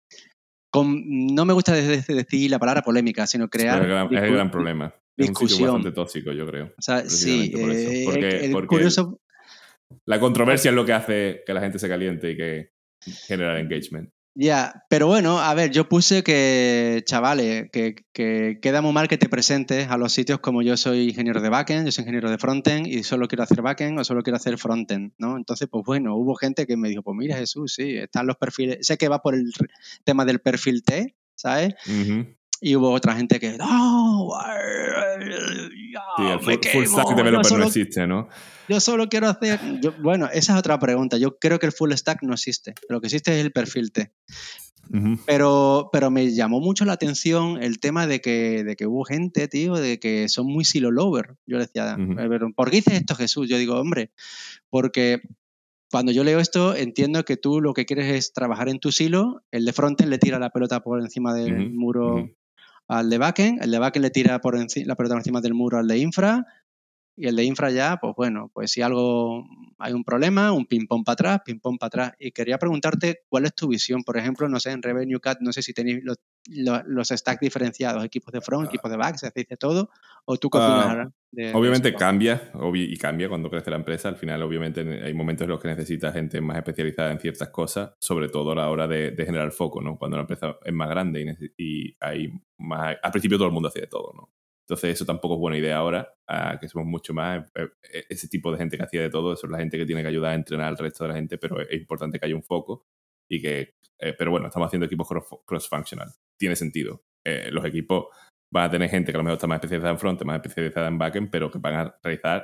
[SPEAKER 1] no me gusta decir la palabra polémica, sino crear...
[SPEAKER 2] Es el gran problema.
[SPEAKER 1] Discusión.
[SPEAKER 2] Es un sitio bastante tóxico, yo creo.
[SPEAKER 1] O sea, sí.
[SPEAKER 2] Por eso. Porque
[SPEAKER 1] curioso...
[SPEAKER 2] la controversia es lo que hace que la gente se caliente y que genera engagement.
[SPEAKER 1] Ya, pero bueno, a ver, yo puse que, chavales, que queda muy mal que te presentes a los sitios como yo soy ingeniero de backend, yo soy ingeniero de frontend y solo quiero hacer backend o solo quiero hacer frontend, ¿no? Entonces, pues bueno, hubo gente que me dijo, pues mira Jesús, sí, están los perfiles, sé que va por el tema del perfil T, ¿sabes? Y hubo otra gente que, ¡no!
[SPEAKER 2] Sí, el
[SPEAKER 1] ¡Me
[SPEAKER 2] full stack
[SPEAKER 1] quemo!
[SPEAKER 2] developer no existe, ¿no?
[SPEAKER 1] Yo solo quiero hacer... bueno, esa es otra pregunta. Yo creo que el full stack no existe. Lo que existe es el perfil T.
[SPEAKER 2] Uh-huh.
[SPEAKER 1] Pero me llamó mucho la atención el tema de que hubo gente, tío, de que son muy silo lover. Yo le decía, ¿por qué dices esto, Jesús? Yo digo, hombre, porque cuando yo leo esto entiendo que tú lo que quieres es trabajar en tu silo, el de frontend le tira la pelota por encima del muro al de backend, el de backend le tira la pelota por encima del muro al de infra, y el de infra ya, pues bueno, pues si algo hay un problema, un ping-pong para atrás, ping-pong para atrás. Y quería preguntarte cuál es tu visión, por ejemplo, no sé, en Revenue Cat, no sé si tenéis los stacks diferenciados, equipos de front, equipos de back, se dice todo, o tú qué opinas ahora de
[SPEAKER 2] obviamente
[SPEAKER 1] eso?
[SPEAKER 2] cambia, y cambia cuando crece la empresa. Al final, obviamente, hay momentos en los que necesita gente más especializada en ciertas cosas, sobre todo a la hora de generar foco, ¿no? Cuando la empresa es más grande y hay más... Al principio todo el mundo hace de todo, ¿no? Entonces eso tampoco es buena idea ahora, que somos mucho más. Ese tipo de gente que hacía de todo, eso es la gente que tiene que ayudar a entrenar al resto de la gente, pero es importante que haya un foco y que... pero bueno, estamos haciendo equipos cross-functional. Tiene sentido. Los equipos van a tener gente que a lo mejor está más especializada en front, más especializada en backend, pero que van a realizar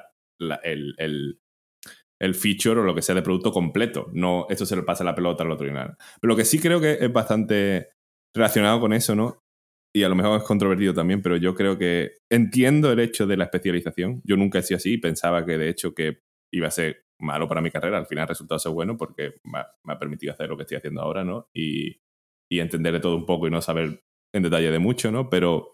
[SPEAKER 2] el feature o lo que sea de producto completo. No, esto se le pasa la pelota al otro y nada. Pero lo que sí creo que es bastante relacionado con eso, ¿no? Y a lo mejor es controvertido también, pero yo creo que entiendo el hecho de la especialización. Yo nunca he sido así y pensaba que de hecho que iba a ser malo para mi carrera. Al final ha resultado ser bueno porque me ha permitido hacer lo que estoy haciendo ahora, ¿no? Y entender de todo un poco y no saber en detalle de mucho, ¿no? Pero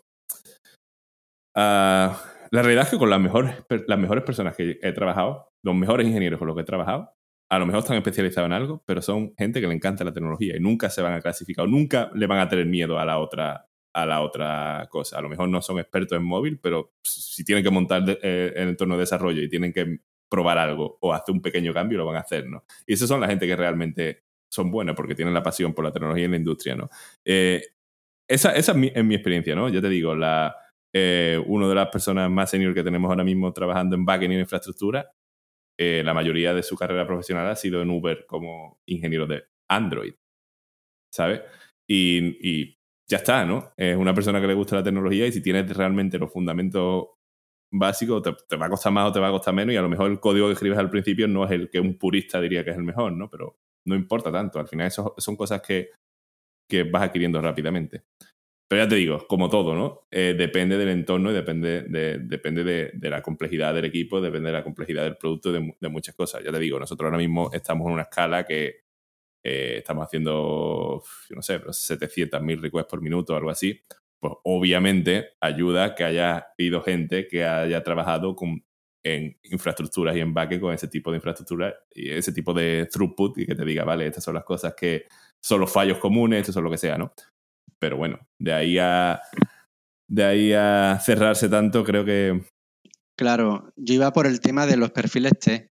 [SPEAKER 2] la realidad es que con las mejores personas que he trabajado, los mejores ingenieros con los que he trabajado, a lo mejor están especializados en algo, pero son gente que le encanta la tecnología y nunca se van a clasificar, nunca le van a tener miedo a la otra cosa. A lo mejor no son expertos en móvil, pero si tienen que montar el entorno de desarrollo y tienen que probar algo o hacer un pequeño cambio, lo van a hacer, ¿no? Y esas son la gente que realmente son buenas porque tienen la pasión por la tecnología en la industria, ¿no? Esa es mi experiencia, ¿no? Ya te digo, una de las personas más senior que tenemos ahora mismo trabajando en backend y en infraestructura, la mayoría de su carrera profesional ha sido en Uber como ingeniero de Android, ¿sabes? Y ya está, ¿no? Es una persona que le gusta la tecnología y si tienes realmente los fundamentos básicos, te va a costar más o te va a costar menos y a lo mejor el código que escribes al principio no es el que un purista diría que es el mejor, ¿no? Pero no importa tanto. Al final eso son cosas que vas adquiriendo rápidamente. Pero ya te digo, como todo, ¿no? Depende del entorno y depende de la complejidad del equipo, depende de la complejidad del producto, de muchas cosas. Ya te digo, nosotros ahora mismo estamos en una escala que estamos haciendo, yo no sé, 700.000 requests por minuto o algo así. Pues obviamente ayuda que haya habido gente que haya trabajado en infraestructuras y en backend con ese tipo de infraestructura y ese tipo de throughput y que te diga, vale, estas son las cosas que son los fallos comunes, estos son lo que sea, ¿no? Pero bueno, de ahí a cerrarse tanto, creo que...
[SPEAKER 1] Claro, yo iba por el tema de los perfiles T.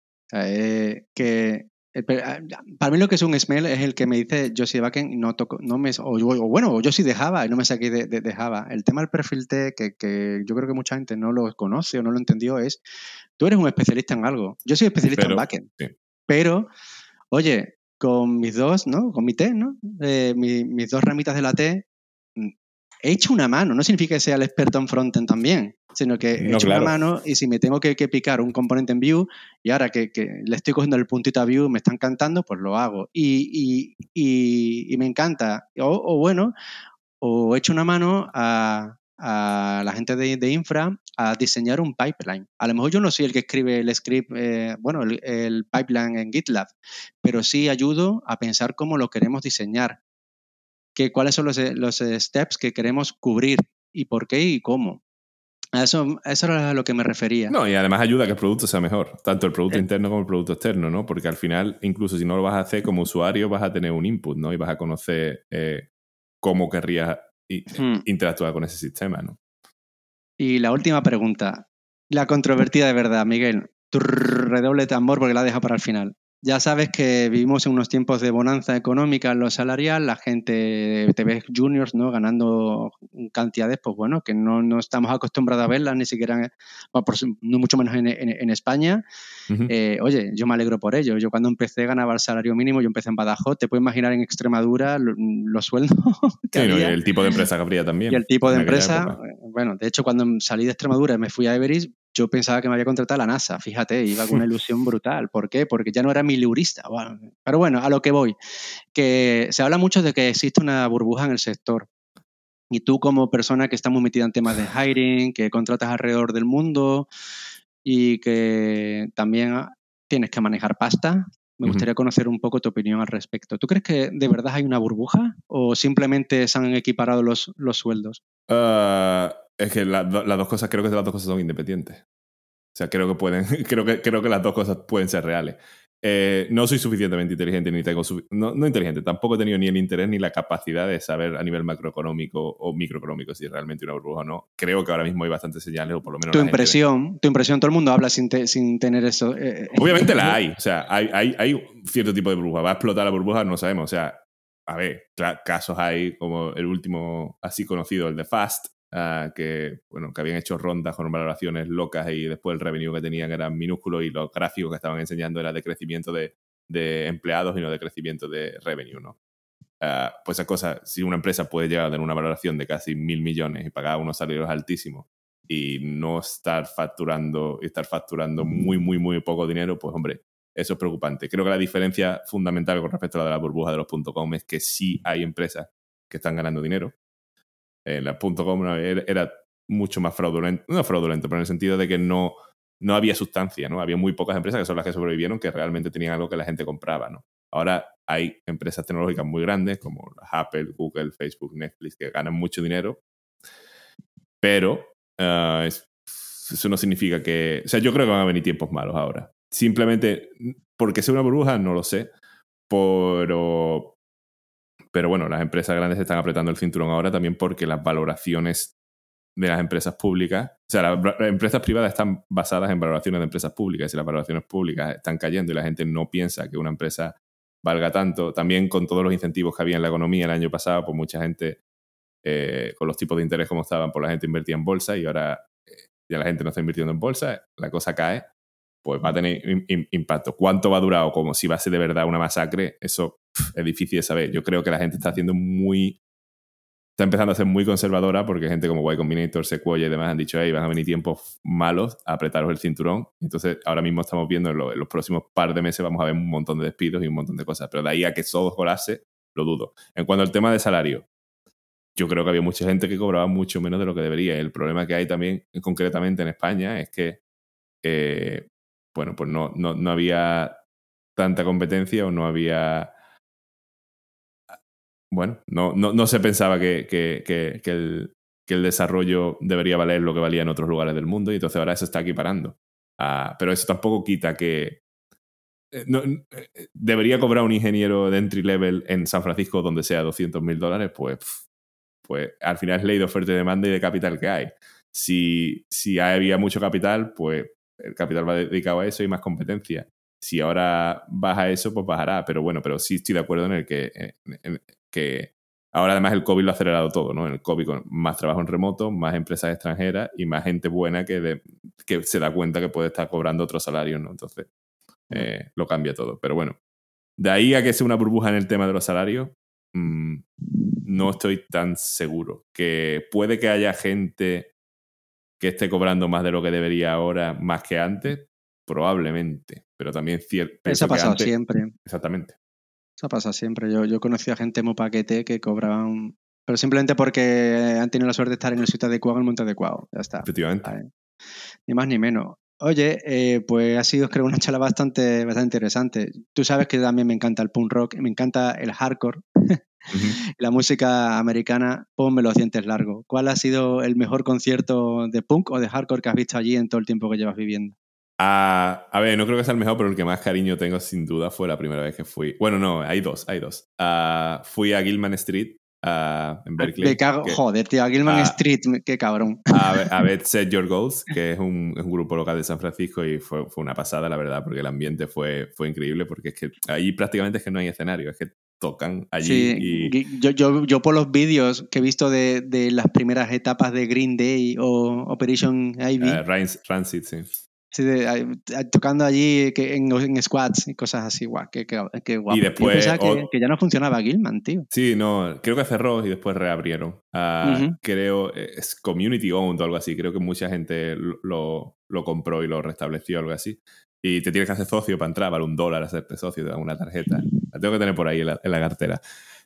[SPEAKER 1] Para mí lo que es un smell es el que me dice yo soy backend y no toco, no me, o yo sí de Java y no me saqué de Java. El tema del perfil T, que yo creo que mucha gente no lo conoce o no lo entendió, es tú eres un especialista en algo. Yo soy especialista en backend.
[SPEAKER 2] Sí.
[SPEAKER 1] Pero, oye, con mis dos, ¿no? Con mi T, ¿no? Mis dos ramitas de la T, he hecho una mano. No significa que sea el experto en frontend también, sino que he hecho una mano y si me tengo que picar un componente en Vue y ahora que le estoy cogiendo el puntito a Vue, me está encantando, pues lo hago. Y me encanta. O he hecho una mano a la gente de infra a diseñar un pipeline. A lo mejor yo no soy el que escribe el script, el pipeline en GitLab, pero sí ayudo a pensar cómo lo queremos diseñar, cuáles son los steps que queremos cubrir y por qué y cómo. A eso era a lo que me refería.
[SPEAKER 2] No, y además ayuda a que el producto sea mejor, tanto el producto interno como el producto externo, ¿no? Porque al final, incluso si no lo vas a hacer como usuario, vas a tener un input, ¿no? Y vas a conocer cómo querrías interactuar con ese sistema, ¿no?
[SPEAKER 1] Y la última pregunta, la controvertida de verdad, Miguel. Redoble de tambor porque la deja para el final. Ya sabes que vivimos en unos tiempos de bonanza económica en lo salarial, la gente te ves juniors, ¿no? Ganando cantidades, pues bueno, que no estamos acostumbrados a verlas, ni siquiera, no mucho menos en España.
[SPEAKER 2] Uh-huh.
[SPEAKER 1] Oye, yo me alegro por ello. Yo cuando empecé ganaba el salario mínimo, yo empecé en Badajoz, te puedes imaginar en Extremadura los sueldos que
[SPEAKER 2] Sí, no, y
[SPEAKER 1] había.
[SPEAKER 2] el tipo de empresa que habría
[SPEAKER 1] Y
[SPEAKER 2] también
[SPEAKER 1] el tipo de
[SPEAKER 2] en aquella
[SPEAKER 1] empresa,
[SPEAKER 2] época.
[SPEAKER 1] bueno, de hecho cuando salí de Extremadura y me fui a Everest, yo pensaba que me había contratado la NASA, fíjate, iba con una ilusión brutal. ¿Por qué? Porque ya no era mileurista. Bueno, pero bueno, a lo que voy, que se habla mucho de que existe una burbuja en el sector. Y tú como persona que está muy metida en temas de hiring, que contratas alrededor del mundo y que también tienes que manejar pasta, me
[SPEAKER 2] Uh-huh.
[SPEAKER 1] gustaría conocer un poco tu opinión al respecto. ¿Tú crees que de verdad hay una burbuja o simplemente se han equiparado los sueldos?
[SPEAKER 2] Es que las dos cosas, creo que las dos cosas son independientes. O sea, creo que pueden, creo que las dos cosas pueden ser reales. No soy suficientemente inteligente ni tengo no inteligente, tampoco he tenido ni el interés ni la capacidad de saber a nivel macroeconómico o microeconómico si es realmente una burbuja o no. Creo que ahora mismo hay bastantes señales, o por lo menos
[SPEAKER 1] Tu
[SPEAKER 2] la gente.
[SPEAKER 1] impresión, todo el mundo habla sin tener eso.
[SPEAKER 2] Obviamente la hay. O sea, hay un cierto tipo de burbuja. ¿Va a explotar la burbuja? No sabemos. O sea, a ver, casos hay como el último así conocido, el de Fast, que habían hecho rondas con valoraciones locas y después el revenue que tenían era minúsculo y los gráficos que estaban enseñando era de crecimiento de empleados y no de crecimiento de revenue, ¿no? Pues esa cosa, si una empresa puede llegar a tener una valoración de casi 1.000 millones y pagar unos salarios altísimos y no estar facturando muy, muy, muy poco dinero, pues hombre, eso es preocupante. Creo que la diferencia fundamental con respecto a la de la burbuja de los .com es que sí hay empresas que están ganando dinero. La .com era mucho más fraudulento, no fraudulento, pero en el sentido de que no había sustancia, ¿no? Había muy pocas empresas que son las que sobrevivieron que realmente tenían algo que la gente compraba, ¿no? Ahora hay empresas tecnológicas muy grandes como Apple, Google, Facebook, Netflix que ganan mucho dinero, pero eso no significa que... O sea, yo creo que van a venir tiempos malos ahora. Simplemente porque sea una burbuja, no lo sé, pero bueno, las empresas grandes se están apretando el cinturón ahora también porque las valoraciones de las empresas públicas, o sea, las empresas privadas están basadas en valoraciones de empresas públicas, y si las valoraciones públicas están cayendo y la gente no piensa que una empresa valga tanto, también con todos los incentivos que había en la economía el año pasado, pues mucha gente, con los tipos de interés como estaban, pues la gente invertía en bolsa y ahora ya la gente no está invirtiendo en bolsa, la cosa cae, pues va a tener impacto. ¿Cuánto va a durar o como si va a ser de verdad una masacre? Eso es difícil de saber. Yo creo que la gente está empezando a ser muy conservadora porque gente como Y Combinator, Sequoia y demás han dicho, hey, van a venir tiempos malos, a apretaros el cinturón. Entonces, ahora mismo estamos viendo en los próximos par de meses vamos a ver un montón de despidos y un montón de cosas. Pero de ahí a que todo colapse, lo dudo. En cuanto al tema de salario, yo creo que había mucha gente que cobraba mucho menos de lo que debería. Y el problema que hay también, concretamente en España, es que, pues no había tanta competencia o no había... Bueno, no se pensaba que el desarrollo debería valer lo que valía en otros lugares del mundo y entonces ahora se está equiparando. Pero eso tampoco quita que... ¿Debería cobrar un ingeniero de entry level en San Francisco donde sea $200,000? Pues al final es ley de oferta y demanda y de capital que hay. Si había mucho capital, pues el capital va dedicado a eso y más competencia. Si ahora baja eso, pues bajará. Pero bueno, pero sí estoy de acuerdo en el que ahora además el COVID lo ha acelerado todo, ¿no? En el COVID con más trabajo en remoto, más empresas extranjeras y más gente buena que se da cuenta que puede estar cobrando otros salarios, ¿no? Entonces lo cambia todo. Pero bueno, de ahí a que sea una burbuja en el tema de los salarios, no estoy tan seguro. Que puede que haya gente que esté cobrando más de lo que debería ahora, más que antes, probablemente. Pero también
[SPEAKER 1] Eso
[SPEAKER 2] pienso
[SPEAKER 1] ha
[SPEAKER 2] que
[SPEAKER 1] pasado
[SPEAKER 2] antes...
[SPEAKER 1] siempre.
[SPEAKER 2] Exactamente.
[SPEAKER 1] Eso pasa siempre. Yo he conocido a gente muy paquete que cobraban, pero simplemente porque han tenido la suerte de estar en el sitio adecuado, en el momento adecuado. Ya está.
[SPEAKER 2] Efectivamente.
[SPEAKER 1] ¿Vale? Ni más ni menos. Oye, pues ha sido, creo, una charla bastante interesante. Tú sabes que también me encanta el punk rock, me encanta el hardcore, la música americana. Ponme los dientes largos. ¿Cuál ha sido el mejor concierto de punk o de hardcore que has visto allí en todo el tiempo que llevas viviendo?
[SPEAKER 2] A ver, no creo que sea el mejor, pero el que más cariño tengo sin duda fue la primera vez que fui. Bueno, no, hay dos. Fui a Gilman Street en Berkeley.
[SPEAKER 1] Joder, tío, a Gilman Street, qué cabrón.
[SPEAKER 2] A ver Set Your Goals, que es un grupo local de San Francisco, y fue una pasada, la verdad, porque el ambiente fue increíble, porque es que ahí prácticamente es que no hay escenario, es que tocan allí.
[SPEAKER 1] Sí, yo por los vídeos que he visto de las primeras etapas de Green Day o Operation Ivy.
[SPEAKER 2] Rancid, sí.
[SPEAKER 1] Sí, tocando allí en squats y cosas así, guau, qué guapo.
[SPEAKER 2] Y después,
[SPEAKER 1] yo pensaba que ya no funcionaba Gilman, tío.
[SPEAKER 2] Sí, no, creo que cerró y después reabrieron. Creo es community owned o algo así. Creo que mucha gente lo compró y lo restableció, algo así. Y te tienes que hacer socio para entrar, vale $1 hacerte socio, te dan una tarjeta. La tengo que tener por ahí en la cartera.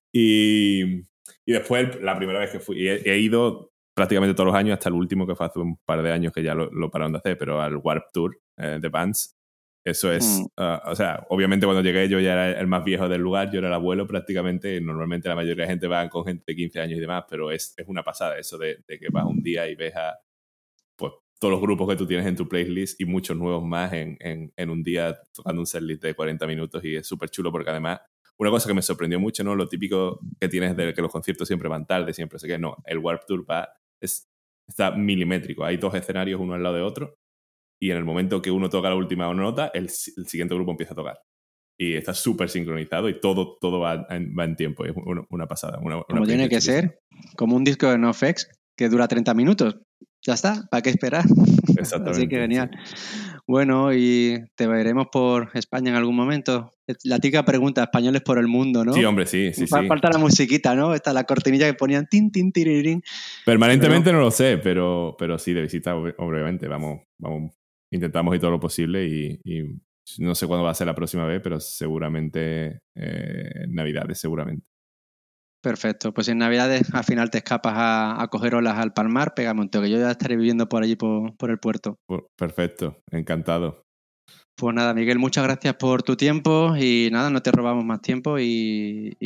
[SPEAKER 2] Y después, la primera vez que fui, he ido prácticamente todos los años, hasta el último que fue hace un par de años que ya lo pararon de hacer, pero al Warped Tour de Vans. Eso es, o sea, obviamente cuando llegué yo ya era el más viejo del lugar, yo era el abuelo prácticamente, normalmente la mayoría de gente va con gente de 15 años y demás, pero es una pasada eso de que vas un día y ves a pues, todos los grupos que tú tienes en tu playlist y muchos nuevos más en un día tocando un setlist de 40 minutos y es súper chulo porque además una cosa que me sorprendió mucho, ¿no? Lo típico que tienes de que los conciertos siempre van tarde, siempre sé que no, el Warped Tour está milimétrico, hay 2 escenarios uno al lado de otro. Y en el momento que uno toca la última nota, el siguiente grupo empieza a tocar. Y está súper sincronizado y todo va en tiempo. Es una pasada.
[SPEAKER 1] Como tiene que ser. Como un disco de NoFX que dura 30 minutos. Ya está, ¿para qué esperar?
[SPEAKER 2] Exactamente.
[SPEAKER 1] Así que genial.
[SPEAKER 2] Sí.
[SPEAKER 1] Bueno, y te veremos por España en algún momento. La típica pregunta, españoles por el mundo, ¿no?
[SPEAKER 2] Sí, hombre, sí.
[SPEAKER 1] Falta la musiquita, ¿no? Está la cortinilla que ponían tin, tin, tirirín.
[SPEAKER 2] Permanentemente no lo sé, pero sí, de visita, obviamente. Vamos. Intentamos ir todo lo posible y no sé cuándo va a ser la próxima vez, pero seguramente Navidades, seguramente.
[SPEAKER 1] Perfecto, pues en Navidades al final te escapas a coger olas al Palmar, pégame un toque, yo ya estaré viviendo por allí por el puerto.
[SPEAKER 2] Perfecto, encantado.
[SPEAKER 1] Pues nada, Miguel, muchas gracias por tu tiempo y nada, no te robamos más tiempo y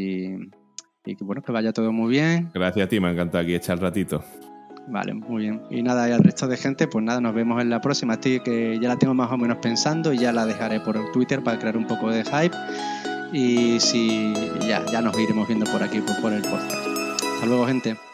[SPEAKER 1] que bueno, que vaya todo muy bien.
[SPEAKER 2] Gracias a ti, me ha encantado aquí echar el ratito.
[SPEAKER 1] Vale, muy bien. Y nada, y al resto de gente, pues nada, nos vemos en la próxima. Estoy que ya la tengo más o menos pensando y ya la dejaré por Twitter para crear un poco de hype. Y si ya nos iremos viendo por aquí, por el podcast. Hasta luego, gente.